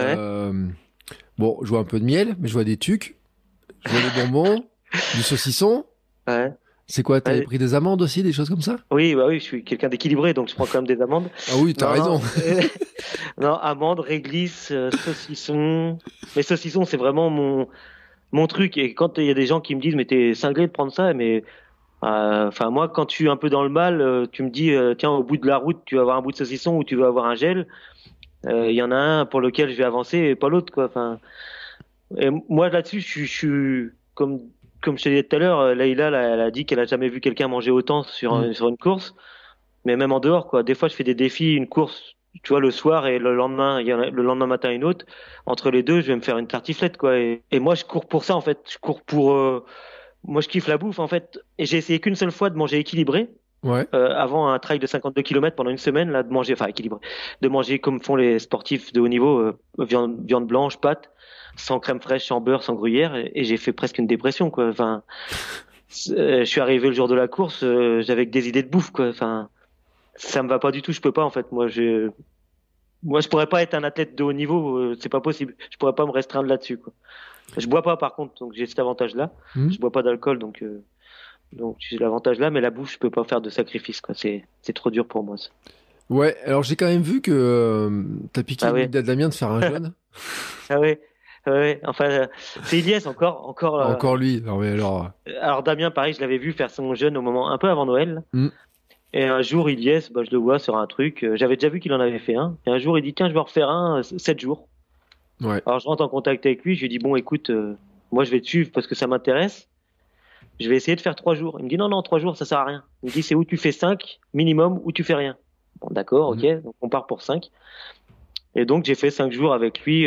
Bon, je vois un peu de miel, mais je vois des tucs, je vois des bonbons, du saucisson. Ouais. C'est quoi, t'avais pris des amandes aussi, des choses comme ça? Oui, je suis quelqu'un d'équilibré, donc je prends quand même des amandes. Ah oui, t'as raison. Non, amandes, réglisse, saucisson. Mais saucisson, c'est vraiment mon truc. Et quand il y a des gens qui me disent, mais t'es cinglé de prendre ça, mais moi, quand je suis un peu dans le mal, tu me dis, tiens, au bout de la route, tu vas avoir un bout de saucisson ou tu vas avoir un gel. Il y en a un pour lequel je vais avancer et pas l'autre, quoi. Enfin, et moi là-dessus, je suis comme je te disais tout à l'heure, Leïla, elle a dit qu'elle a jamais vu quelqu'un manger autant sur une course, mais même en dehors, quoi. Des fois, je fais des défis, une course, tu vois, le soir et le lendemain matin une autre. Entre les deux, je vais me faire une tartiflette, quoi. Et moi, je cours pour ça, en fait. Je cours pour. Moi, je kiffe la bouffe, en fait. Et j'ai essayé qu'une seule fois de manger équilibré. Ouais. Avant un trail de 52 km pendant une semaine, là, équilibré, de manger comme font les sportifs de haut niveau, viande blanche, pâtes, sans crème fraîche, sans beurre, sans gruyère, et j'ai fait presque une dépression, quoi. Enfin, je suis arrivé le jour de la course, j'avais que des idées de bouffe, quoi. Enfin, ça me va pas du tout, je peux pas, en fait. Moi, je pourrais pas être un athlète de haut niveau, c'est pas possible. Je pourrais pas me restreindre là-dessus, quoi. Je bois pas, par contre, donc j'ai cet avantage-là. Je bois pas d'alcool, donc j'ai l'avantage là, mais la bouffe, je peux pas faire de sacrifice, quoi. C'est trop dur pour moi, ça. Ouais, alors j'ai quand même vu que t'as piqué une idée à Damien de faire un jeûne. Ah ouais. Ouais, enfin, c'est Ilyes encore. Encore lui. Non, mais alors. Alors Damien, pareil, je l'avais vu faire son jeûne au moment un peu avant Noël. Mm. Et un jour, Ilyes, je le vois sur un truc. J'avais déjà vu qu'il en avait fait un. Et un jour, il dit tiens, je vais en refaire un 7 jours. Ouais. Alors je rentre en contact avec lui. Je lui dis bon, écoute, moi je vais te suivre parce que ça m'intéresse. Je vais essayer de faire 3 jours. Il me dit non, 3 jours, ça sert à rien. Il me dit c'est où tu fais 5 minimum ou tu fais rien. Bon, d'accord, ok. Donc on part pour 5. Et donc j'ai fait 5 jours avec lui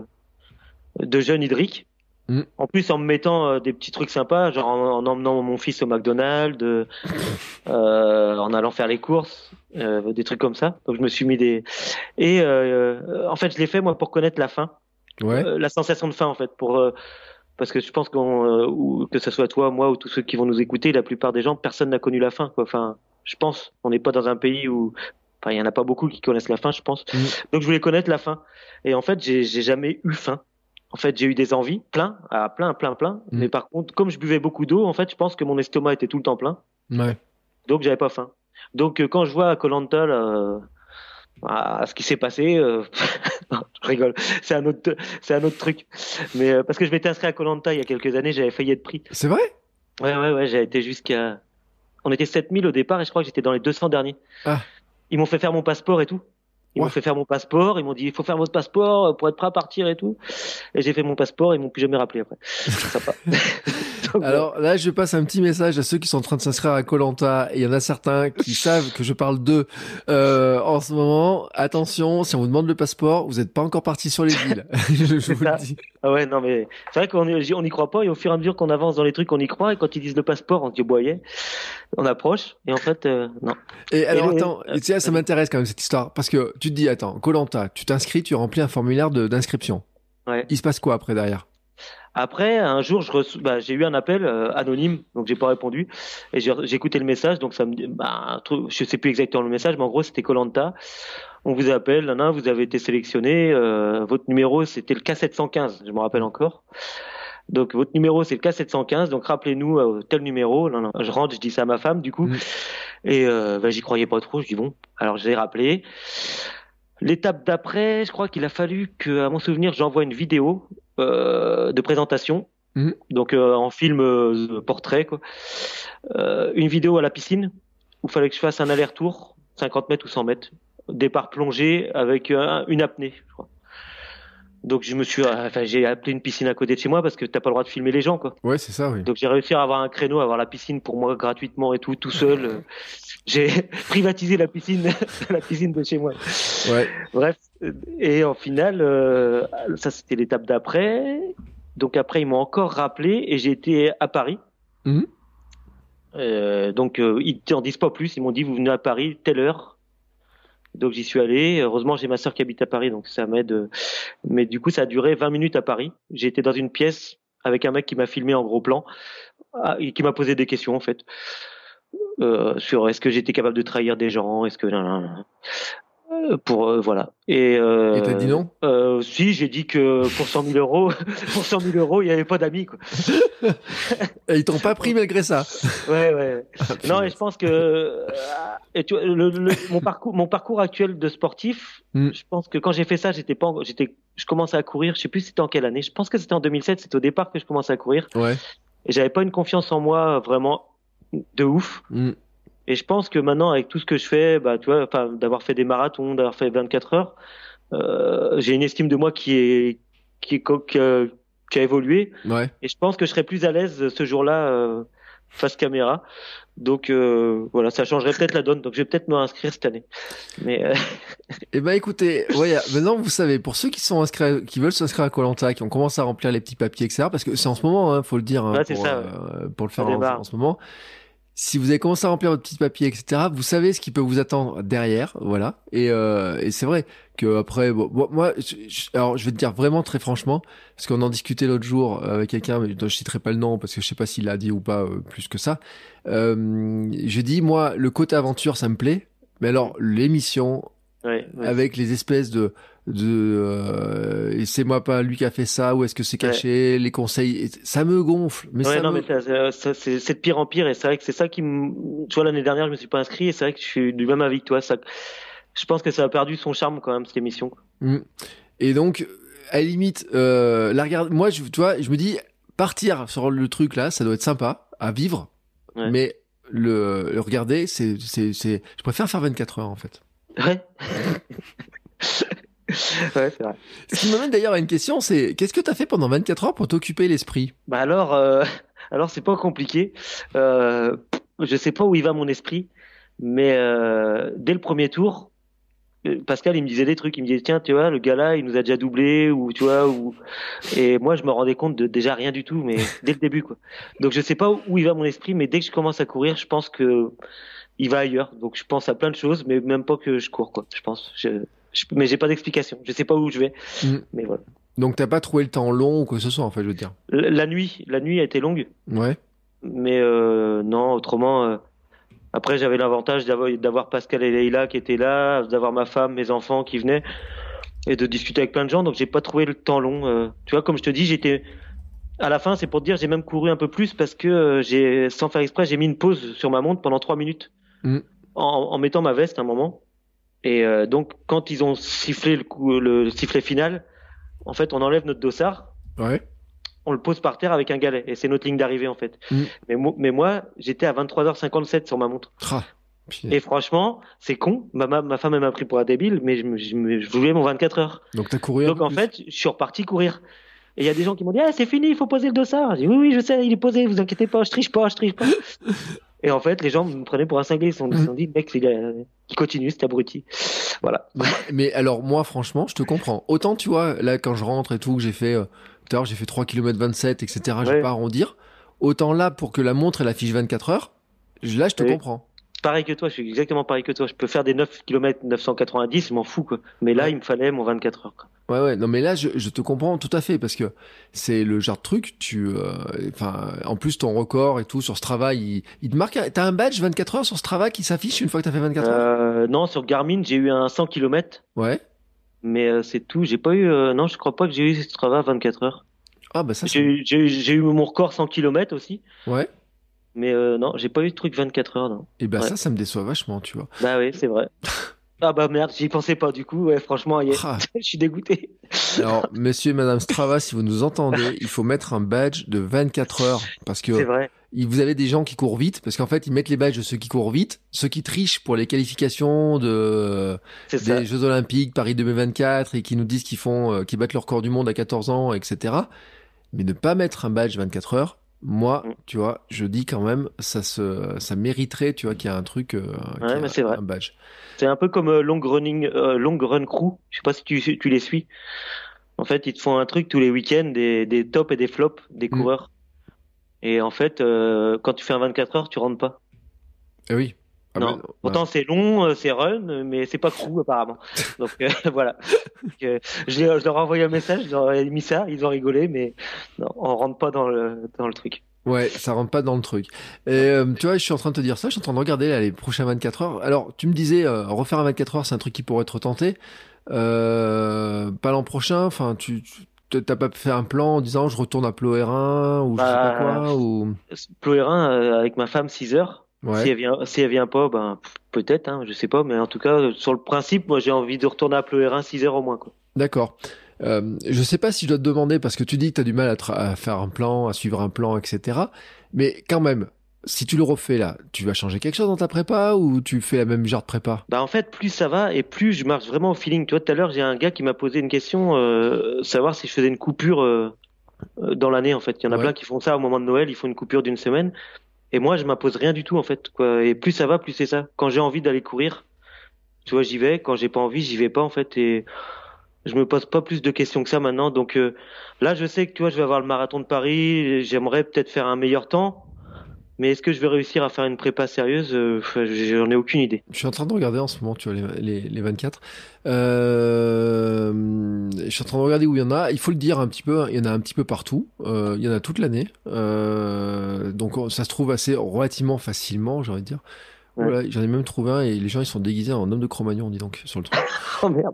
de jeûne hydrique. En plus, en me mettant des petits trucs sympas, genre en emmenant mon fils au McDonald's, en allant faire les courses, des trucs comme ça. Donc je me suis mis des... Et en fait, je l'ai fait moi pour connaître la faim. Ouais. La sensation de faim en fait, parce que je pense que ce soit toi, moi ou tous ceux qui vont nous écouter, la plupart des gens, personne n'a connu la faim, quoi. Enfin, je pense, on n'est pas dans un pays où, enfin, il y en a pas beaucoup qui connaissent la faim, je pense. Donc je voulais connaître la faim. Et en fait, j'ai jamais eu faim. En fait, j'ai eu des envies, plein. Mais par contre, comme je buvais beaucoup d'eau, en fait, je pense que mon estomac était tout le temps plein. Ouais. Donc j'avais pas faim. Donc quand je vois à Koh Lanta ce qui s'est passé, non, je rigole, c'est un autre truc. Mais parce que je m'étais inscrit à Koh Lanta il y a quelques années, j'avais failli être pris. C'est vrai? Ouais, j'ai été on était 7000 au départ et je crois que j'étais dans les 200 derniers. Ah. Ils m'ont fait faire mon passeport et tout. Ils m'ont fait faire mon passeport, ils m'ont dit il faut faire votre passeport pour être prêt à partir et tout. Et j'ai fait mon passeport, ils m'ont plus jamais rappelé après. Sympa. Donc, alors là, je passe un petit message à ceux qui sont en train de s'inscrire à Koh Lanta. Il y en a certains qui savent que je parle d'eux en ce moment. Attention, si on vous demande le passeport, vous n'êtes pas encore parti sur les îles. je vous le dis. Ah ouais, non mais c'est vrai qu'on n'y croit pas et au fur et à mesure qu'on avance dans les trucs, on y croit et quand ils disent le passeport, on se dit boyer, on approche et en fait non. Et alors attends, ça m'intéresse quand même cette histoire parce que tu te dis attends, Koh Lanta, tu t'inscris, tu remplis un formulaire d'inscription. Ouais. Il se passe quoi après derrière? Après, un jour, j'ai eu un appel anonyme, donc j'ai pas répondu. Et j'ai écouté le message, donc ça me dit, je sais plus exactement le message, mais en gros, c'était Koh Lanta. On vous appelle, vous avez été sélectionné. Votre numéro, c'était le K715, je me rappelle encore. Donc votre numéro, c'est le K715. Donc rappelez-nous tel numéro. Je rentre, je dis ça à ma femme, du coup. Et j'y croyais pas trop. Je dis bon. Alors je l'ai rappelé. L'étape d'après, je crois qu'il a fallu que, à mon souvenir, j'envoie une vidéo de présentation, donc en film portrait, quoi. Une vidéo à la piscine où il fallait que je fasse un aller-retour, 50 mètres ou 100 mètres, départ plongé avec une apnée, je crois. Donc j'ai appelé une piscine à côté de chez moi parce que t'as pas le droit de filmer les gens, quoi. Ouais, c'est ça, oui. Donc j'ai réussi à avoir un créneau, à avoir la piscine pour moi gratuitement et tout seul. J'ai privatisé la piscine de chez moi. Ouais. Bref, et en final, ça c'était l'étape d'après. Donc après ils m'ont encore rappelé et j'ai été à Paris. Donc ils t'en disent pas plus. Ils m'ont dit vous venez à Paris telle heure. Donc j'y suis allé. Heureusement j'ai ma sœur qui habite à Paris, donc ça m'aide. Mais du coup ça a duré 20 minutes à Paris. J'ai été dans une pièce avec un mec qui m'a filmé en gros plan et qui m'a posé des questions en fait. Sur est-ce que j'étais capable de trahir des gens, est-ce que voilà. Et t'as dit non? Si, j'ai dit que pour 100 000 euros, il n'y avait pas d'amis, quoi. Et ils t'ont pas pris malgré ça. Ouais. Non, et je pense que mon parcours actuel de sportif, je pense que quand j'ai fait ça, je commençais à courir. Je sais plus c'était en quelle année. Je pense que c'était en 2007. C'était au départ que je commençais à courir. Ouais. Et j'avais pas une confiance en moi vraiment de ouf. Et je pense que maintenant, avec tout ce que je fais, tu vois, enfin, d'avoir fait des marathons, d'avoir fait 24 heures, j'ai une estime de moi qui a évolué. Ouais. Et je pense que je serais plus à l'aise ce jour-là face caméra. Donc voilà, ça changerait peut-être la donne. Donc je vais peut-être me inscrire cette année. Mais eh ben écoutez, maintenant vous savez, pour ceux qui veulent s'inscrire à Koh Lanta, qui ont commencé à remplir les petits papiers, etc. Parce que c'est en ce moment, faut le dire, pour le faire en ce moment. Si vous avez commencé à remplir votre petit papier, etc., vous savez ce qui peut vous attendre derrière, voilà. Et c'est vrai que après, moi, alors je vais te dire vraiment très franchement, parce qu'on en discutait l'autre jour avec quelqu'un, mais je citerai pas le nom parce que je sais pas s'il l'a dit ou pas plus que ça. Je dis moi, le côté aventure, ça me plaît, mais alors l'émission avec les espèces de et c'est moi pas lui qui a fait ça ou est-ce que c'est caché, les conseils, ça me gonfle. Mais c'est de pire en pire et c'est vrai que c'est ça qui tu vois, l'année dernière je me suis pas inscrit et c'est vrai que je suis du même avis que toi, ça je pense que ça a perdu son charme quand même cette émission. Et donc à la limite, la regarde. Moi, tu vois, je me dis partir sur le truc là, ça doit être sympa à vivre, mais le regarder, je préfère faire 24 heures en fait. Ouais. Ouais, c'est vrai. Ce qui m'amène d'ailleurs à une question, c'est qu'est-ce que t'as fait pendant 24 heures pour t'occuper l'esprit? Bah alors c'est pas compliqué. Je sais pas où il va mon esprit, mais dès le premier tour, Pascal il me disait des trucs, il me disait tiens tu vois le gars là il nous a déjà doublé ou tu vois et moi je me rendais compte de déjà rien du tout, mais dès le début quoi. Donc je sais pas où il va mon esprit, mais dès que je commence à courir, je pense que il va ailleurs. Donc je pense à plein de choses, mais même pas que je cours quoi. Je pense. Mais j'ai pas d'explication. Je sais pas où je vais. Mais voilà. Donc t'as pas trouvé le temps long ou quoi que ce soit en fait, je veux dire. La nuit a été longue. Ouais. Mais non, autrement. Après j'avais l'avantage d'avoir Pascal et Leïla qui étaient là, d'avoir ma femme, mes enfants qui venaient et de discuter avec plein de gens. Donc j'ai pas trouvé le temps long. Tu vois, comme je te dis, j'étais à la fin, c'est pour te dire, j'ai même couru un peu plus parce que sans faire exprès, j'ai mis une pause sur ma montre pendant 3 minutes en mettant ma veste à un moment. Et donc, quand ils ont sifflé le sifflet final, en fait, on enlève notre dossard, on le pose par terre avec un galet, et c'est notre ligne d'arrivée en fait. Mais moi, j'étais à 23h57 sur ma montre. Et franchement, c'est con. Ma femme elle m'a pris pour un débile, mais je voulais mon 24 heures. Donc t'as couru. Donc en fait, je suis reparti courir. Et il y a des gens qui m'ont dit ah, c'est fini, il faut poser le dossard. J'ai dit oui, je sais, il est posé, vous inquiétez pas, je triche pas. Et en fait, les gens me prenaient pour un cinglé. Ils se sont dit, mec, il continue, cet abruti. Voilà. Mais alors, moi, franchement, je te comprends. Autant, tu vois, là, quand je rentre et tout, que j'ai fait, tout à l'heure, j'ai fait 3 km 27, etc., je vais pas arrondir. Autant là, pour que la montre, elle affiche 24 heures, là, je te comprends. Pareil que toi, je suis exactement pareil que toi. Je peux faire des 9 km 990, je m'en fous, quoi. Mais là, il me fallait mon 24 heures, quoi. Ouais, non, mais là, je te comprends tout à fait, parce que c'est le genre de truc, en plus, ton record et tout, sur Strava, il te marque, t'as un badge 24 heures sur Strava qui s'affiche une fois que t'as fait 24 heures? Non, sur Garmin, j'ai eu un 100 km. Ouais. Mais c'est tout, j'ai pas eu, non, je crois pas que j'ai eu Strava 24 heures. Ah, bah ça, j'ai eu mon record 100 km aussi. Ouais. Mais non, j'ai pas eu de truc 24 heures, non. Et bah ça me déçoit vachement, tu vois. Bah oui, c'est vrai. Ah bah merde, j'y pensais pas du coup. Ouais, franchement, je suis dégoûté. Alors, monsieur et madame Strava, si vous nous entendez, il faut mettre un badge de 24 heures. Parce que c'est vrai. Vous avez des gens qui courent vite, parce qu'en fait, ils mettent les badges de ceux qui courent vite, ceux qui trichent pour les qualifications des Jeux Olympiques, Paris 2024, et qui nous disent qu'ils battent le record du monde à 14 ans, etc. Mais ne pas mettre un badge 24 heures, moi, tu vois, je dis quand même, ça mériterait, tu vois, qu'il y a un truc, mais c'est vrai. Un badge. C'est un peu comme long run crew. Je sais pas si tu les suis. En fait, ils te font un truc tous les week-ends, des tops et des flops des coureurs. Et en fait, quand tu fais un 24 heures, tu rentres pas. Eh oui. Non. Pourtant, c'est long, c'est run, mais c'est pas crew apparemment. Donc voilà. Donc, je leur ai envoyé un message, je leur ai mis ça, ils ont rigolé, mais non, on rentre pas dans le truc. Ouais, ça rentre pas dans le truc. Et tu vois, je suis en train de te dire ça, je suis en train de regarder là, les prochains 24 heures. Alors, tu me disais, refaire un 24 heures, c'est un truc qui pourrait être tenté. Pas l'an prochain, enfin, t'as pas fait un plan en disant je retourne à Plohérin ou je sais pas quoi ou... Plohérin avec ma femme 6 heures. Ouais. Si elle vient pas, ben peut-être, hein, je sais pas, mais en tout cas sur le principe, moi j'ai envie de retourner à Plohérin 6 heures au moins, quoi. D'accord. Je sais pas si je dois te demander parce que tu dis que t'as du mal à faire un plan, à suivre un plan, etc. Mais quand même, si tu le refais là, tu vas changer quelque chose dans ta prépa ou tu fais la même genre de prépa? Bah en fait, plus ça va et plus je marche vraiment au feeling. Tu vois, tout à l'heure, j'ai un gars qui m'a posé une question, savoir si je faisais une coupure dans l'année. En fait, il y en a plein qui font ça au moment de Noël, ils font une coupure d'une semaine. Et moi, je m'impose rien du tout en fait, quoi. Et plus ça va, plus c'est ça. Quand j'ai envie d'aller courir, tu vois, j'y vais. Quand j'ai pas envie, j'y vais pas en fait. Et je me pose pas plus de questions que ça maintenant. Donc là, je sais que tu vois, je vais avoir le marathon de Paris. J'aimerais peut-être faire un meilleur temps. Mais est-ce que je vais réussir à faire une prépa sérieuse? J'en ai aucune idée. Je suis en train de regarder en ce moment, tu vois, les 24. Je suis en train de regarder où il y en a. Il faut le dire un petit peu, il y en a un petit peu partout. Il y en a toute l'année. Donc ça se trouve relativement facilement, j'ai envie de dire. Ouais. Voilà, j'en ai même trouvé un et les gens ils sont déguisés en homme de Cro-Magnon, dis donc, sur le truc. Oh merde.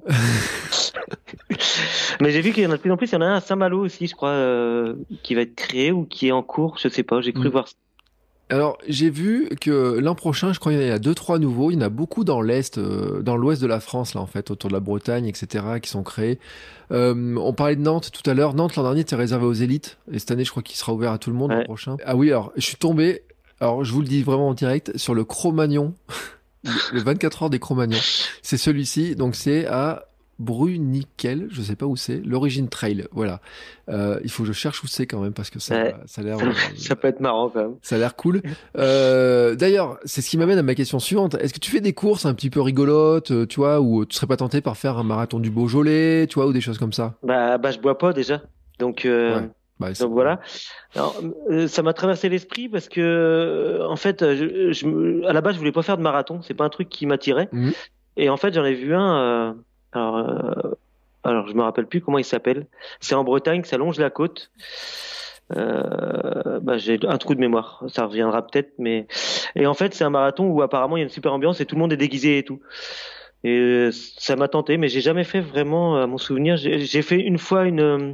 Mais j'ai vu qu'il y en a de plus en plus. Il y en a un à Saint-Malo aussi, je crois, qui va être créé ou qui est en cours. Je sais pas, j'ai cru voir ça. Alors, j'ai vu que l'an prochain, je crois qu'il y en a 2-3 nouveaux. Il y en a beaucoup dans l'Est, dans l'Ouest de la France, là, en fait, autour de la Bretagne, etc., qui sont créés. On parlait de Nantes tout à l'heure. Nantes, l'an dernier, était réservé aux élites. Et cette année, je crois qu'il sera ouvert à tout le monde l'an prochain. Ah oui, alors, je suis tombé, alors, je vous le dis vraiment en direct, sur le Cro-Magnon. Le 24 heures des Cro-Magnons. C'est celui-ci. Donc, c'est à Bruniquel, je sais pas où c'est, l'Origine Trail, voilà. Il faut que je cherche où c'est quand même parce que ça a l'air. Ça peut être marrant quand même. Ça a l'air cool. D'ailleurs, c'est ce qui m'amène à ma question suivante. Est-ce que tu fais des courses un petit peu rigolotes, tu vois, ou tu serais pas tenté par faire un marathon du Beaujolais, tu vois, ou des choses comme ça? Bah, je bois pas déjà, donc. Donc voilà. Alors, ça m'a traversé l'esprit parce que en fait, à la base, je voulais pas faire de marathon. C'est pas un truc qui m'attirait. Et en fait, j'en ai vu un. Alors, je me rappelle plus comment il s'appelle. C'est en Bretagne, ça longe la côte. J'ai un trou de mémoire. Ça reviendra peut-être, mais et en fait, c'est un marathon où apparemment il y a une super ambiance et tout le monde est déguisé et tout. Et ça m'a tenté, mais j'ai jamais fait vraiment, à mon souvenir. J'ai fait une fois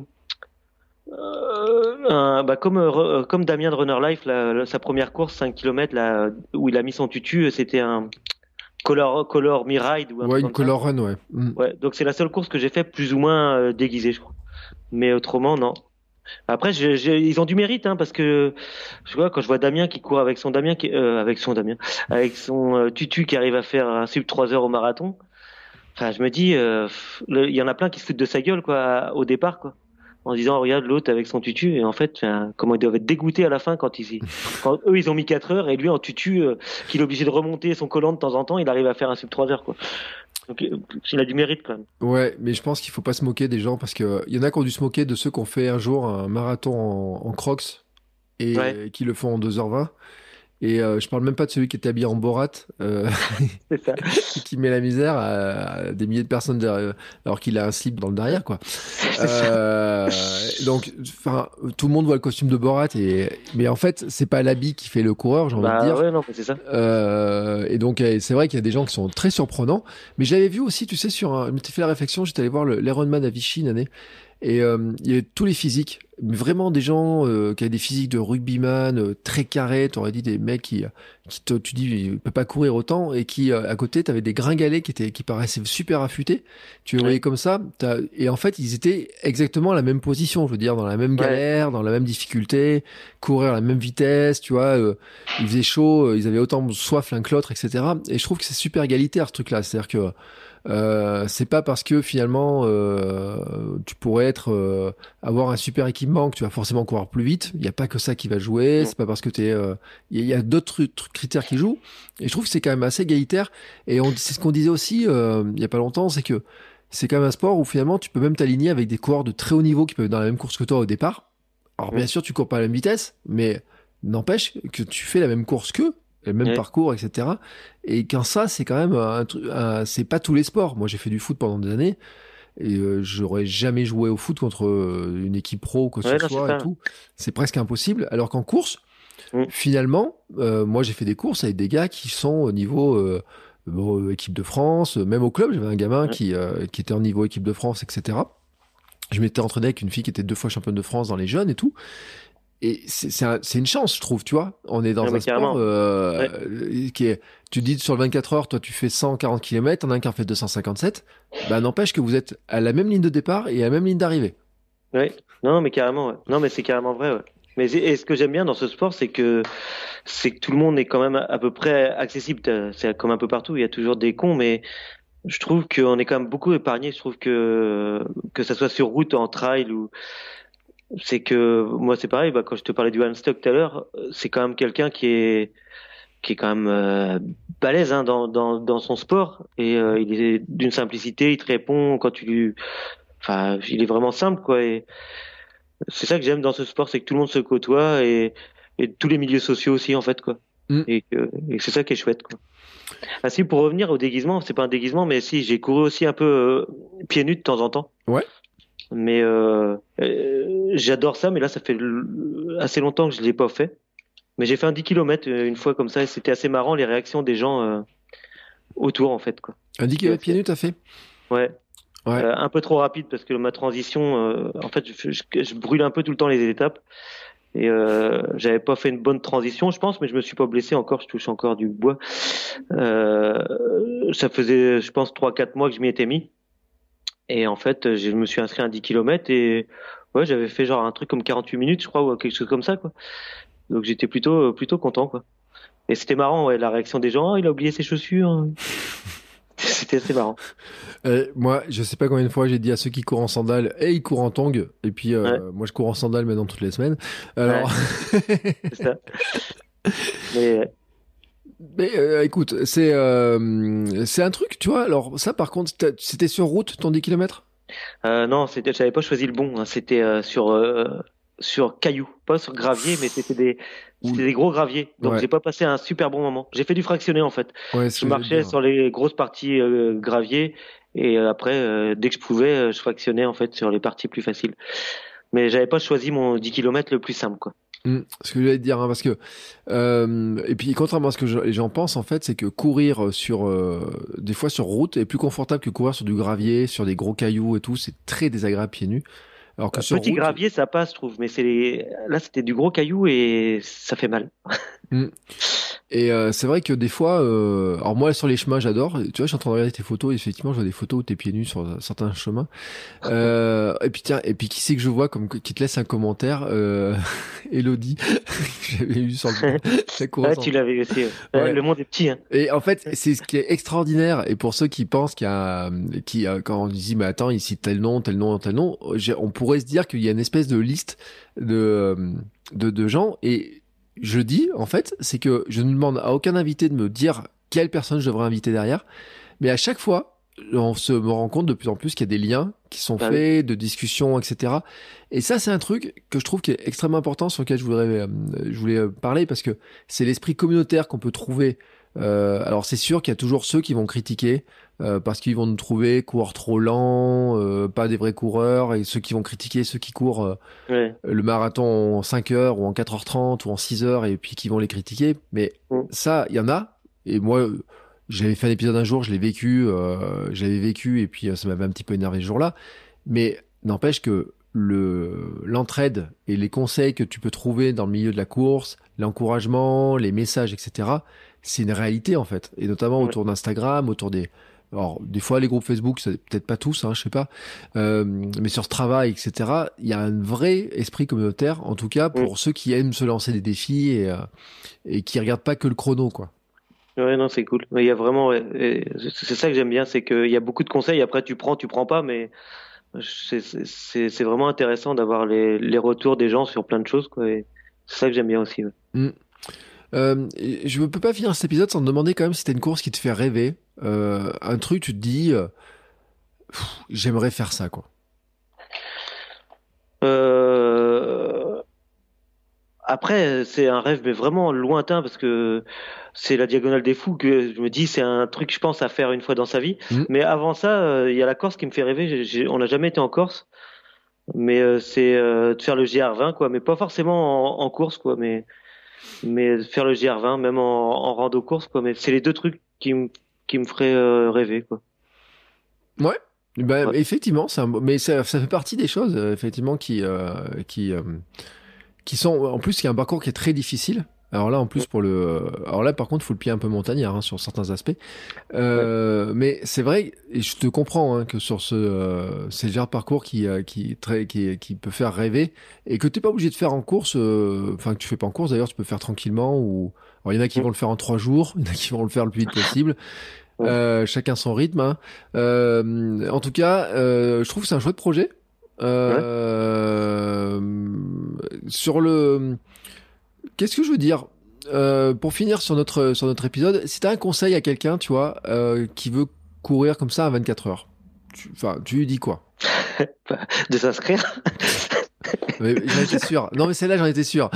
comme Damien de Runner Life, sa première course 5 km là, où il a mis son tutu, c'était un Color Me Ride ou un truc une comme Color ça. Run, ouais. Ouais, donc c'est la seule course que j'ai fait plus ou moins déguisée, je crois. Mais autrement, non. Après, ils ont du mérite, hein, parce que je vois quand je vois Damien qui court avec son avec son tutu qui arrive à faire un sub 3 heures au marathon. Enfin, je me dis, il y en a plein qui se foutent de sa gueule, quoi, au départ, quoi, en disant regarde l'autre avec son tutu, et en fait, comment ils doivent être dégoûtés à la fin quand eux ils ont mis 4 heures et lui en tutu qu'il est obligé de remonter son collant de temps en temps, il arrive à faire un sub 3 heures, quoi. Donc il a du mérite quand même. Ouais, mais je pense qu'il faut pas se moquer des gens parce que il y en a qui ont dû se moquer de ceux qui ont fait un jour un marathon en Crocs et qui le font en 2h20. Et je parle même pas de celui qui était habillé en Borat, C'est ça. qui met la misère à des milliers de personnes derrière, alors qu'il a un slip dans le derrière, quoi. Donc, enfin, tout le monde voit le costume de Borat, mais en fait, c'est pas l'habit qui fait le coureur, j'ai envie de dire. Ouais, non, c'est ça. Et donc, c'est vrai qu'il y a des gens qui sont très surprenants. Mais j'avais vu aussi, tu sais, je m'étais fait la réflexion, j'étais allé voir l'Ironman à Vichy une année. Et il y avait tous les physiques, vraiment des gens qui avaient des physiques de rugbyman très carrés, t'aurais dit des mecs tu dis il peut pas courir autant, et qui à côté t'avais des gringalets qui paraissaient super affûtés. Tu les voyais comme ça, et en fait ils étaient exactement à la même position, je veux dire, dans la même galère, dans la même difficulté, courir à la même vitesse, tu vois. Il faisait chaud, ils avaient autant soif l'un que l'autre, etc. Et je trouve que c'est super égalitaire ce truc-là, c'est-à-dire que c'est pas parce que finalement tu pourrais avoir un super équipement que tu vas forcément courir plus vite. Il y a pas que ça qui va jouer. C'est pas parce que il y a d'autres critères qui jouent. Et je trouve que c'est quand même assez égalitaire. Et c'est ce qu'on disait aussi il y a pas longtemps, c'est que c'est quand même un sport où finalement tu peux même t'aligner avec des coureurs de très haut niveau qui peuvent être dans la même course que toi au départ. Alors bien sûr tu cours pas à la même vitesse, mais n'empêche que tu fais la même course qu'eux, le même parcours, etc. Et quand ça, c'est quand même c'est pas tous les sports. Moi, j'ai fait du foot pendant des années et j'aurais jamais joué au foot contre une équipe pro ou quoi que ce soit et tout. C'est presque impossible. Alors qu'en course, finalement, moi, j'ai fait des courses avec des gars qui sont au niveau équipe de France. Même au club, j'avais un gamin qui était en niveau équipe de France, etc. Je m'étais entraîné avec une fille qui était 2 fois championne de France dans les jeunes et tout. Et c'est une chance, je trouve, tu vois. On est dans un sport qui est, tu dis sur le 24 heures, toi tu fais 140 km, t'en as un qui en fait 257. Bah n'empêche que vous êtes à la même ligne de départ et à la même ligne d'arrivée. Oui, non, mais carrément, ouais. Non, mais c'est carrément vrai, ouais. Mais et ce que j'aime bien dans ce sport, c'est que tout le monde est quand même à peu près accessible. C'est comme un peu partout, il y a toujours des cons, mais je trouve qu'on est quand même beaucoup épargné. Je trouve que ça soit sur route, en trail ou c'est que moi c'est pareil, quand je te parlais du Stock tout à l'heure, c'est quand même quelqu'un qui est quand même balèze, hein, dans son sport, et il est d'une simplicité, il te répond quand il est vraiment simple, quoi. Et c'est ça que j'aime dans ce sport, c'est que tout le monde se côtoie, et tous les milieux sociaux aussi, en fait, quoi. Et c'est ça qui est chouette, quoi. Ah si, pour revenir au déguisement, c'est pas un déguisement, mais si, j'ai couru aussi un peu pieds nus de temps en temps. Ouais. Mais j'adore ça, mais là ça fait assez longtemps que je l'ai pas fait. Mais j'ai fait un 10 km une fois comme ça, et c'était assez marrant les réactions des gens autour, en fait, quoi. Un 10 km pieds nus, t'as fait? Ouais. Un peu trop rapide parce que ma transition, en fait, je brûle un peu tout le temps les étapes, Et j'avais pas fait une bonne transition, je pense, mais je me suis pas blessé encore. Je touche encore du bois. Ça faisait, je pense, 3-4 mois que je m'y étais mis. Et en fait, je me suis inscrit à 10 km et ouais, j'avais fait genre un truc comme 48 minutes, je crois, ou quelque chose comme ça, quoi. Donc j'étais plutôt content, quoi. Et c'était marrant, ouais, la réaction des gens. Oh, il a oublié ses chaussures. C'était assez marrant. Moi, je sais pas combien de fois j'ai dit à ceux qui courent en sandales, ils courent en tongs. Et puis, moi, je cours en sandales maintenant toutes les semaines. Alors, c'est ça. Mais écoute, c'est un truc, tu vois. Alors, ça, par contre, c'était sur route, ton 10 km? non, j'avais pas choisi le bon. Hein. C'était sur cailloux, pas sur gravier, mais c'était des gros graviers. Donc j'ai pas passé un super bon moment. J'ai fait du fractionné en fait. Ouais, je marchais sur les grosses parties gravier et après dès que je pouvais, je fractionnais en fait sur les parties plus faciles. Mais j'avais pas choisi mon 10 km le plus simple quoi. Ce que je voulais te dire, hein, parce que et puis contrairement à ce que les gens pensent en fait, c'est que courir sur des fois sur route est plus confortable que courir sur du gravier, sur des gros cailloux et tout. C'est très désagréable pieds nus. Alors que sur petit route, gravier ça passe, je trouve, mais là c'était du gros caillou et ça fait mal. Et c'est vrai que des fois, alors moi sur les chemins j'adore. Tu vois, je suis en train de regarder tes photos. Et effectivement, je vois des photos où t'es pieds nus sur certains chemins. Et puis tiens, qui c'est que je vois comme qui te laisse un commentaire, Elodie, que j'avais eu sur le. Tu l'avais aussi. Ouais. Le monde est petit. Hein. Et en fait, c'est ce qui est extraordinaire. Et pour ceux qui pensent quand on dit mais attends, ici tel nom, on pourrait se dire qu'il y a une espèce de liste de gens et je dis, en fait, c'est que je ne demande à aucun invité de me dire quelle personne je devrais inviter derrière, mais à chaque fois, on se me rend compte de plus en plus qu'il y a des liens qui sont faits, de discussions, etc. Et ça, c'est un truc que je trouve qui est extrêmement important, sur lequel je voulais parler, parce que c'est l'esprit communautaire qu'on peut trouver. Alors c'est sûr qu'il y a toujours ceux qui vont critiquer parce qu'ils vont nous trouver coureurs trop lents, pas des vrais coureurs, et ceux qui vont critiquer ceux qui courent le marathon en 5 heures ou en 4h30 ou en 6 heures et puis qui vont les critiquer. Mais ça, il y en a. Et moi, j'avais fait un épisode un jour, j'avais vécu et puis ça m'avait un petit peu énervé ce jour-là. Mais n'empêche que l'entraide et les conseils que tu peux trouver dans le milieu de la course, l'encouragement, les messages, etc., c'est une réalité en fait. Et notamment autour d'Instagram, alors des fois les groupes Facebook, c'est peut-être pas tous, je sais pas, mais sur ce travail, etc., il y a un vrai esprit communautaire, en tout cas pour ceux qui aiment se lancer des défis et qui regardent pas que le chrono, quoi. Ouais, non, c'est cool. Il y a vraiment, c'est ça que j'aime bien, c'est qu'il y a beaucoup de conseils. Après, tu prends pas, mais c'est vraiment intéressant d'avoir les retours des gens sur plein de choses, quoi. Et c'est ça que j'aime bien aussi. Ouais. Je ne peux pas finir cet épisode sans te demander quand même si t'as une course qui te fait rêver, un truc tu te dis j'aimerais faire ça quoi. Après c'est un rêve mais vraiment lointain parce que c'est la Diagonale des Fous que je me dis c'est un truc je pense à faire une fois dans sa vie. Mais avant ça il y a la Corse qui me fait rêver. On n'a jamais été en Corse, mais c'est de faire le GR20 quoi, mais pas forcément en course quoi, mais faire le GR20 même en rando course quoi, mais c'est les deux trucs qui me feraient rêver quoi. Ouais. Effectivement, mais ça fait partie des choses effectivement qui sont en plus il y a un parcours qui est très difficile. Alors là en plus alors là par contre faut le pied un peu montagnard sur certains aspects. Mais c'est vrai et je te comprends que sur c'est le genre de parcours qui peut faire rêver et que t'es pas obligé de faire en course. Enfin que tu fais pas en course d'ailleurs, tu peux faire tranquillement ou alors il y en a qui vont le faire en 3 jours, il y en a qui vont le faire le plus vite possible. Chacun son rythme. En tout cas, je trouve que c'est un chouette projet. Sur qu'est-ce que je veux dire pour finir sur notre épisode, si t'as un conseil à quelqu'un, tu vois, qui veut courir comme ça à 24 heures, tu lui dis quoi? De s'inscrire. J'en étais sûr. Non mais celle-là j'en étais sûr.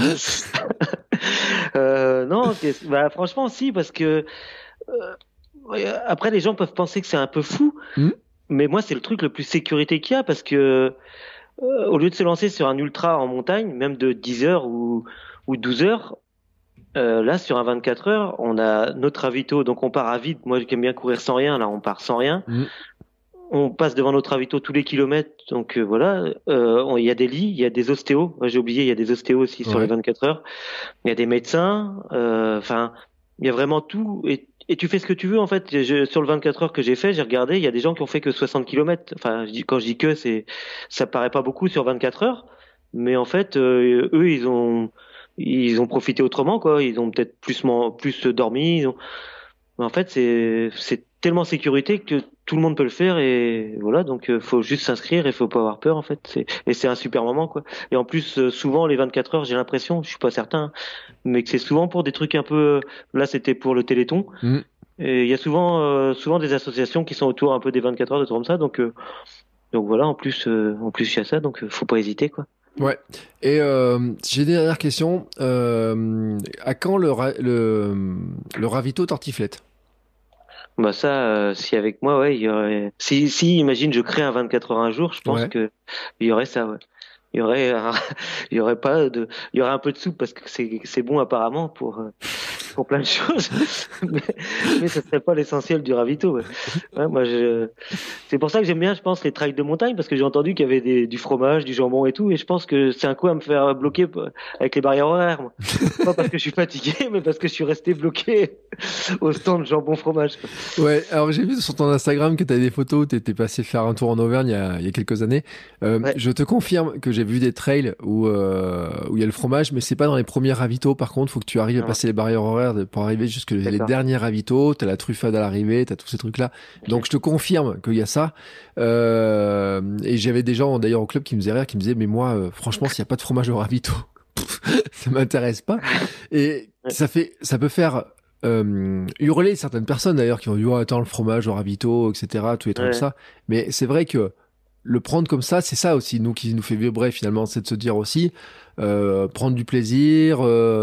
Non, franchement si parce que après les gens peuvent penser que c'est un peu fou, mais moi c'est le truc le plus sécurité qu'il y a parce que au lieu de se lancer sur un ultra en montagne, même de 10 heures ou 12 heures, là sur un 24 heures, on a notre ravito, donc on part à vide. Moi qui aime bien courir sans rien, là on part sans rien. on passe devant notre ravito tous les kilomètres, donc voilà. Il y a des lits, il y a des ostéos. J'ai oublié, il y a des ostéos aussi sur les 24 heures. Il y a des médecins. Enfin, il y a vraiment tout. Et tu fais ce que tu veux en fait. Sur le 24 heures que j'ai fait, j'ai regardé, il y a des gens qui ont fait que 60 kilomètres. Enfin, quand je dis que, ça paraît pas beaucoup sur 24 heures, mais en fait, eux, ils ont profité autrement, quoi. Ils ont peut-être plus dormi. Mais en fait, c'est tellement sécurité que tout le monde peut le faire et voilà. Donc, faut juste s'inscrire et faut pas avoir peur, en fait. Et c'est un super moment, quoi. Et en plus, souvent, les 24 heures, j'ai l'impression, je suis pas certain, mais que c'est souvent pour des trucs un peu, là, c'était pour le Téléthon. Et il y a souvent des associations qui sont autour un peu des 24 heures, de trucs comme ça. Donc voilà, en plus, il y a ça, donc faut pas hésiter, quoi. Ouais. Et j'ai des dernières questions. À quand le ravito tartiflette? Bah ça, si avec moi, ouais, il y aurait. Si, imagine, je crée un 24 heures un jour, je pense que il y aurait ça, ouais. Il y aurait, il y aurait pas de, il y aurait un peu de soupe parce que c'est bon apparemment pour plein de choses, mais ça serait pas l'essentiel du ravito. Ouais. Ouais, moi, c'est pour ça que j'aime bien, je pense, les trails de montagne parce que j'ai entendu qu'il y avait du fromage, du jambon et tout, et je pense que c'est un coup à me faire bloquer avec les barrières horaires. Moi. Pas parce que je suis fatigué, mais parce que je suis resté bloqué au stand jambon fromage. Quoi. Ouais. Alors j'ai vu sur ton Instagram que t'avais des photos où t'étais passé faire un tour en Auvergne il y a quelques années. Je te confirme que j'ai vu des trails où il y a le fromage, mais c'est pas dans les premiers ravitaux. Par contre, faut que tu arrives à passer les barrières horaires pour arriver jusque les derniers ravitaux. T'as la truffade à l'arrivée, t'as tous ces trucs-là. Okay. Donc je te confirme qu'il y a ça. Et j'avais des gens d'ailleurs au club qui me faisaient rire, qui me disaient mais moi, franchement, s'il y a pas de fromage au ravito, ça m'intéresse pas. Et ça peut faire hurler certaines personnes d'ailleurs qui vont dire oh, attends le fromage au ravito, etc. Tous les trucs comme ça. Mais c'est vrai que le prendre comme ça, c'est ça aussi, qui nous fait vibrer finalement, c'est de se dire aussi, prendre du plaisir,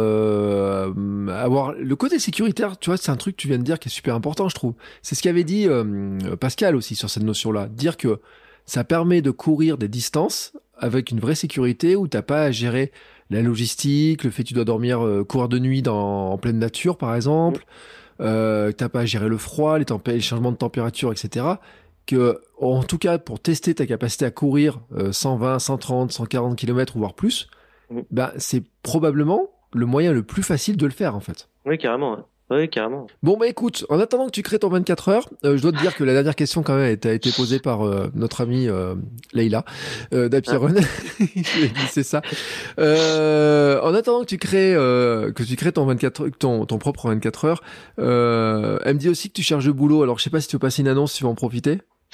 avoir le côté sécuritaire, tu vois, c'est un truc que tu viens de dire qui est super important, je trouve. C'est ce qu'avait dit Pascal aussi sur cette notion-là, dire que ça permet de courir des distances avec une vraie sécurité où t'as pas à gérer la logistique, le fait que tu dois dormir, courir de nuit en pleine nature par exemple, t'as pas à gérer le froid, les changements de température, etc. Que, en tout cas, pour tester ta capacité à courir 120, 130, 140 km ou voire plus, bah, c'est probablement le moyen le plus facile de le faire, en fait. Oui, carrément. Oui, carrément. Bon, bah écoute, en attendant que tu crées ton 24 heures, je dois te dire que la dernière question, quand même, a été posée par notre amie Leïla d'Happy Run. C'est ça. En attendant que tu crées ton propre 24 heures, elle me dit aussi que tu cherches du boulot. Alors, je sais pas si tu veux passer une annonce, si tu veux en profiter.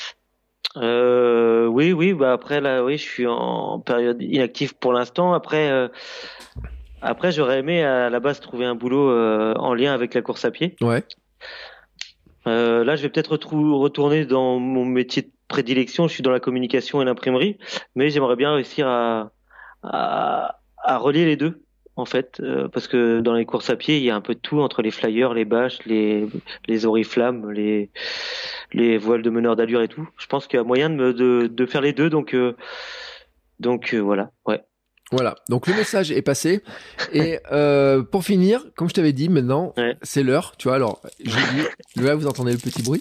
Oui, bah après là, oui, je suis en période inactive pour l'instant. Après, j'aurais aimé à la base trouver un boulot en lien avec la course à pied. Ouais. Là, je vais peut-être retourner dans mon métier de prédilection. Je suis dans la communication et l'imprimerie, mais j'aimerais bien réussir à relier les deux. En fait, parce que dans les courses à pied, il y a un peu de tout entre les flyers, les bâches, les oriflammes, les voiles de meneur d'allure et tout. Je pense qu'il y a moyen de faire les deux, donc voilà, ouais. Voilà, donc le message est passé. Et pour finir, comme je t'avais dit, maintenant, c'est l'heure. Tu vois, alors, là, vous entendez le petit bruit.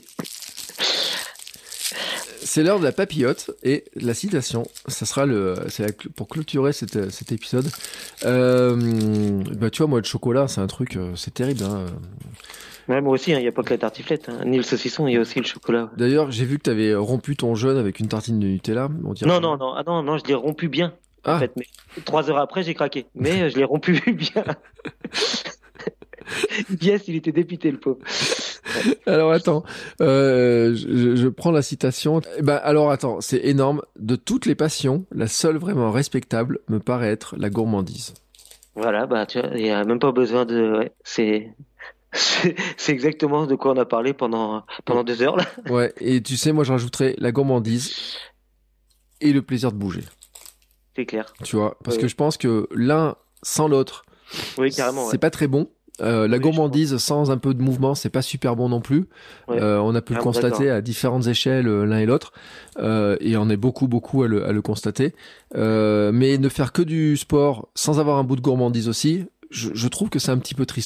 C'est l'heure de la papillote et la citation. Ça sera pour clôturer cet épisode. Bah, tu vois, moi, le chocolat, c'est un truc, c'est terrible. Hein. Ouais, moi aussi, il n'y a pas que la tartiflette, hein. Ni le saucisson, il y a aussi le chocolat. D'ailleurs, j'ai vu que tu avais rompu ton jeûne avec une tartine de Nutella. Non, je l'ai rompu bien. Ah. En fait, mais 3 heures après, j'ai craqué. Mais je l'ai rompu bien. Yes, il était dépité, le pauvre. Alors attends, je prends la citation. Alors attends, c'est énorme. De toutes les passions, la seule vraiment respectable me paraît être la gourmandise. Voilà, bah tu vois, il y a même pas besoin de. Ouais, c'est exactement de quoi on a parlé pendant 2 heures là. Ouais, et tu sais, moi je rajouterais la gourmandise et le plaisir de bouger. C'est clair. Tu vois, parce que je pense que l'un sans l'autre, carrément, c'est pas très bon. La gourmandise sans un peu de mouvement, c'est pas super bon non plus. Ouais. On a pu le constater à différentes échelles l'un et l'autre, et on est beaucoup à le constater. Mais ne faire que du sport sans avoir un bout de gourmandise aussi, je trouve que c'est un petit peu tristouille.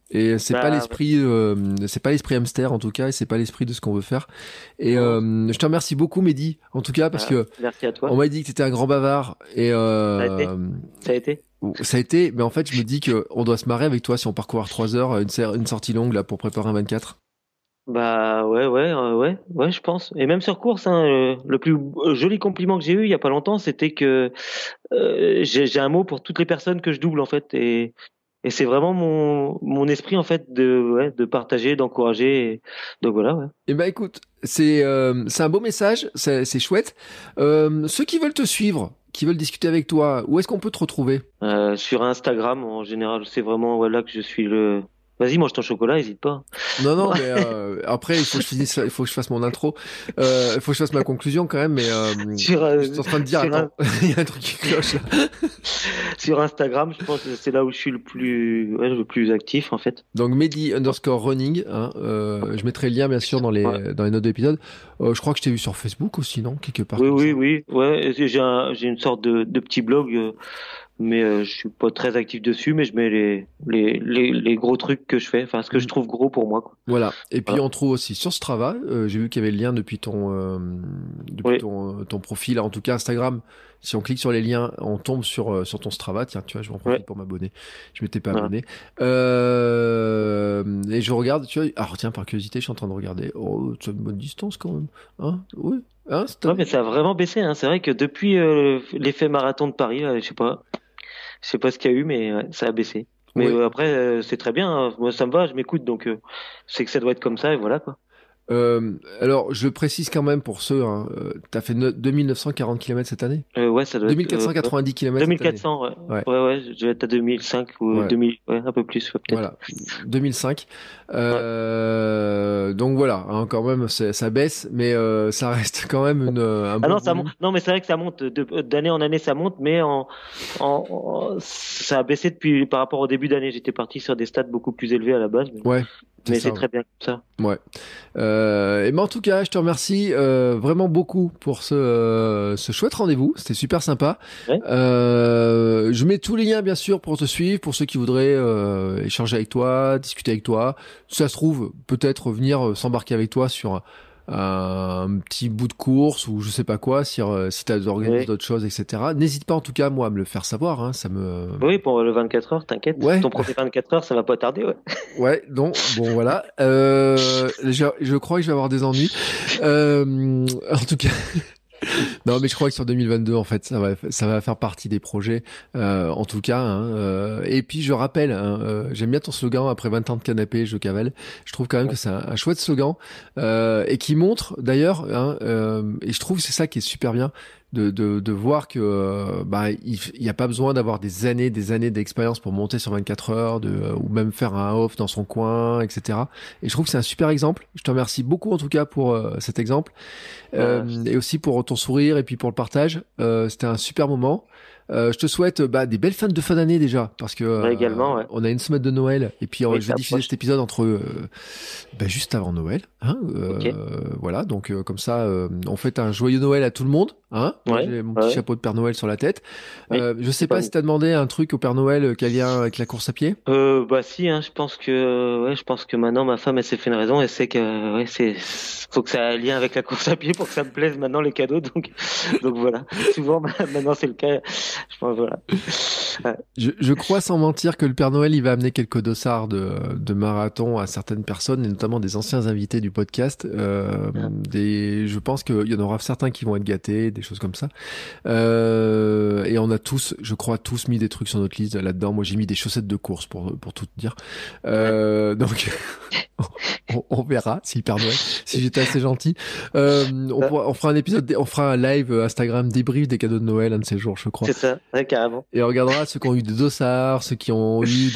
Et c'est pas l'esprit, c'est pas l'esprit hamster en tout cas, et c'est pas l'esprit de ce qu'on veut faire. Et je te remercie beaucoup, Mehdi, en tout cas, parce que merci à toi. On m'a dit que t'étais un grand bavard, et ça a été. Ça a été, mais en fait, je me dis que on doit se marrer avec toi si on parcourt 3 heures, une sortie longue là pour préparer un 24. Bah ouais, je pense. Et même sur course, hein, le plus joli compliment que j'ai eu il y a pas longtemps, c'était que j'ai un mot pour toutes les personnes que je double en fait, et c'est vraiment mon esprit en fait de partager, d'encourager. Donc voilà. Ouais. Eh ben écoute, c'est un beau message, c'est chouette. Ceux qui veulent te suivre, qui veulent discuter avec toi, où est-ce qu'on peut te retrouver? Sur Instagram en général, c'est vraiment là que je suis le. Vas-y, mange ton chocolat, hésite pas. Non, mais après, il faut que je finisse, il faut que je fasse mon intro. Il faut que je fasse ma conclusion quand même, mais je suis en train de dire, attends, il y a un truc qui cloche là. Sur Instagram, je pense que c'est là où je suis le plus actif en fait. Donc Mehdi_running, hein, je mettrai le lien bien sûr dans les notes de l'épisode. Je crois que je t'ai vu sur Facebook aussi, non, quelque part. Oui, ouais. J'ai une sorte de petit blog. Mais je suis pas très actif dessus, mais je mets les gros trucs que je fais, enfin ce que je trouve gros pour moi, quoi. Voilà. Et puis on trouve aussi sur Strava, j'ai vu qu'il y avait le lien depuis ton profil, en tout cas Instagram. Si on clique sur les liens, on tombe sur ton Strava. Tiens, tu vois, je m'en profite pour m'abonner. Je m'étais pas abonné. Et je regarde, tu vois. Alors tiens, par curiosité, je suis en train de regarder. Oh, c'est une bonne distance quand même, hein? Oui. Hein, mais ça a vraiment baissé, hein. C'est vrai que depuis l'effet marathon de Paris, je sais pas ce qu'il y a eu, mais ça a baissé. Mais après, c'est très bien, hein. Moi, ça me va, je m'écoute, donc c'est que ça doit être comme ça, et voilà, quoi. Alors, je précise quand même pour ceux, hein, t'as fait 2940 km cette année? Ouais, ça doit 2490 km 2400, ouais. Ouais, je vais être à 2005 ou 2000, un peu plus, peut-être. Voilà, 2005. Donc voilà, hein, quand même, ça baisse, mais ça reste quand même un bon ça monte. Non, mais c'est vrai que ça monte d'année en année, ça monte, mais ça a baissé depuis par rapport au début d'année. J'étais parti sur des stats beaucoup plus élevés à la base. Mais c'est très bien comme ça. Ouais. Et ben en tout cas, je te remercie vraiment beaucoup pour ce chouette rendez-vous. C'était super sympa. Ouais. Je mets tous les liens bien sûr pour te suivre, pour ceux qui voudraient échanger avec toi, discuter avec toi. Si ça se trouve, peut-être venir s'embarquer avec toi sur un petit bout de course ou je sais pas quoi, si t'as organisé d'autres choses, etc. N'hésite pas en tout cas, moi, à me le faire savoir, hein, ça me... Oui, pour le 24 heures, t'inquiète. Ouais. Ton premier 24 heures, ça va pas tarder, ouais. Ouais, donc, bon, voilà. Je crois que je vais avoir des ennuis. En tout cas... Non, mais je crois que sur 2022, en fait, ça va faire partie des projets, en tout cas. Hein, et puis je rappelle, hein, j'aime bien ton slogan après 20 ans de canapé, je cavale. Je trouve quand même que c'est un chouette slogan et qui montre d'ailleurs, hein, et je trouve que c'est ça qui est super bien. De voir que il y a pas besoin d'avoir des années d'expérience pour monter sur 24 heures ou même faire un off dans son coin, etc. Et je trouve que c'est un super exemple. Je te remercie beaucoup en tout cas pour cet exemple et aussi pour ton sourire et puis pour le partage. C'était un super moment. Je te souhaite des belles fêtes de fin d'année déjà parce que également, ouais. On a une semaine de Noël et puis je vais diffuser cet épisode entre juste avant Noël, hein, okay. Voilà, donc comme ça on fête un joyeux Noël à tout le monde, hein. Moi, j'ai mon petit chapeau de Père Noël sur la tête. Je sais pas si t'as demandé un truc au Père Noël qui a lien avec la course à pied. Si, hein, je pense que maintenant ma femme elle s'est fait une raison, elle sait que faut que ça ait un lien avec la course à pied pour que ça me plaise maintenant les cadeaux, donc voilà. Souvent maintenant c'est le cas. Je pense, voilà. Ouais. Je crois sans mentir que le Père Noël il va amener quelques dossards de marathon à certaines personnes et notamment des anciens invités du podcast. Je pense qu'il y en aura certains qui vont être gâtés, des choses comme ça. Et on a tous, je crois, mis des trucs sur notre liste là-dedans. Moi j'ai mis des chaussettes de course pour tout te dire. Donc on verra si le Père Noël, si j'étais assez gentil. On fera un épisode, on fera un live Instagram débrief des cadeaux de Noël un de ces jours, je crois. C'est ça, ouais, carrément. Et on regardera ceux qui ont eu des dossards, ceux qui ont eu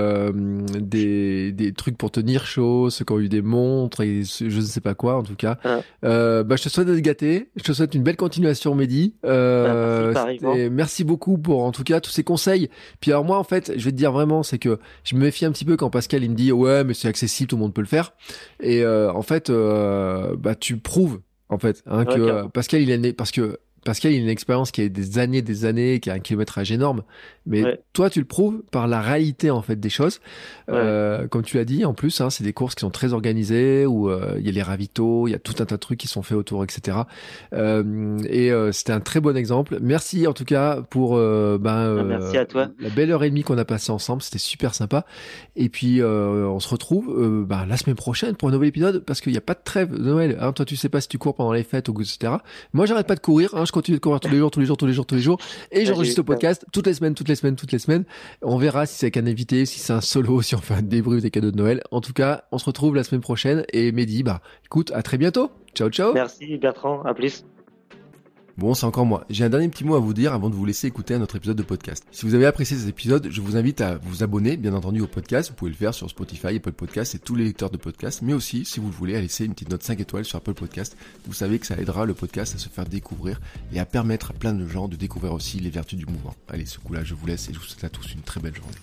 des trucs pour tenir chaud, ceux qui ont eu des montres et je ne sais pas quoi en tout cas. Je te souhaite d'être gâté, je te souhaite une belle continuation, Mehdi. Merci beaucoup pour en tout cas tous ces conseils. Puis alors moi en fait, je vais te dire vraiment, c'est que je me méfie un petit peu quand Pascal il me dit ouais mais c'est accessible, tout le monde peut le faire. Et en fait, tu prouves en fait que Pascal il est né parce que Pascal, il a une expérience qui a des années, qui a un kilométrage énorme. Mais toi, tu le prouves par la réalité, en fait, des choses. Comme tu l'as dit, en plus, hein, c'est des courses qui sont très organisées, où il y a les ravitaux, il y a tout un tas de trucs qui sont faits autour, etc. C'était un très bon exemple. Merci, en tout cas, pour merci à toi. La belle heure et demie qu'on a passée ensemble. C'était super sympa. Et puis, on se retrouve la semaine prochaine pour un nouvel épisode, parce qu'il n'y a pas de trêve de Noël. Hein, toi, tu sais pas si tu cours pendant les fêtes, etc. Moi, j'arrête pas de courir. Hein, je continue de courir tous les jours. Et j'enregistre le podcast toutes les semaines. On verra si c'est avec un invité, si c'est un solo, si on fait un débrief des cadeaux de Noël. En tout cas, on se retrouve la semaine prochaine. Et Mehdi, écoute, à très bientôt. Ciao. Merci Bertrand, à plus. Bon, c'est encore moi. J'ai un dernier petit mot à vous dire avant de vous laisser écouter un autre épisode de podcast. Si vous avez apprécié cet épisode, je vous invite à vous abonner, bien entendu, au podcast. Vous pouvez le faire sur Spotify, Apple Podcasts et tous les lecteurs de podcasts. Mais aussi, si vous le voulez, à laisser une petite note 5 étoiles sur Apple Podcasts. Vous savez que ça aidera le podcast à se faire découvrir et à permettre à plein de gens de découvrir aussi les vertus du mouvement. Allez, ce coup-là, je vous laisse et je vous souhaite à tous une très belle journée.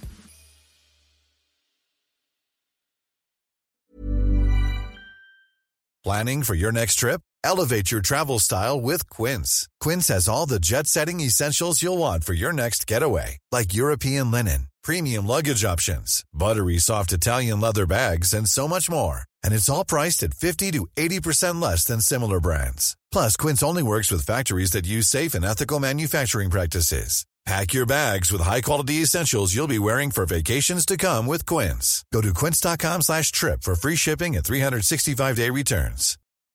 Planning for your next trip? Elevate your travel style with Quince. Quince has all the jet-setting essentials you'll want for your next getaway, like European linen, premium luggage options, buttery soft Italian leather bags, and so much more. And it's all priced at 50 to 80% less than similar brands. Plus, Quince only works with factories that use safe and ethical manufacturing practices. Pack your bags with high-quality essentials you'll be wearing for vacations to come with Quince. Go to quince.com/trip for free shipping and 365-day returns.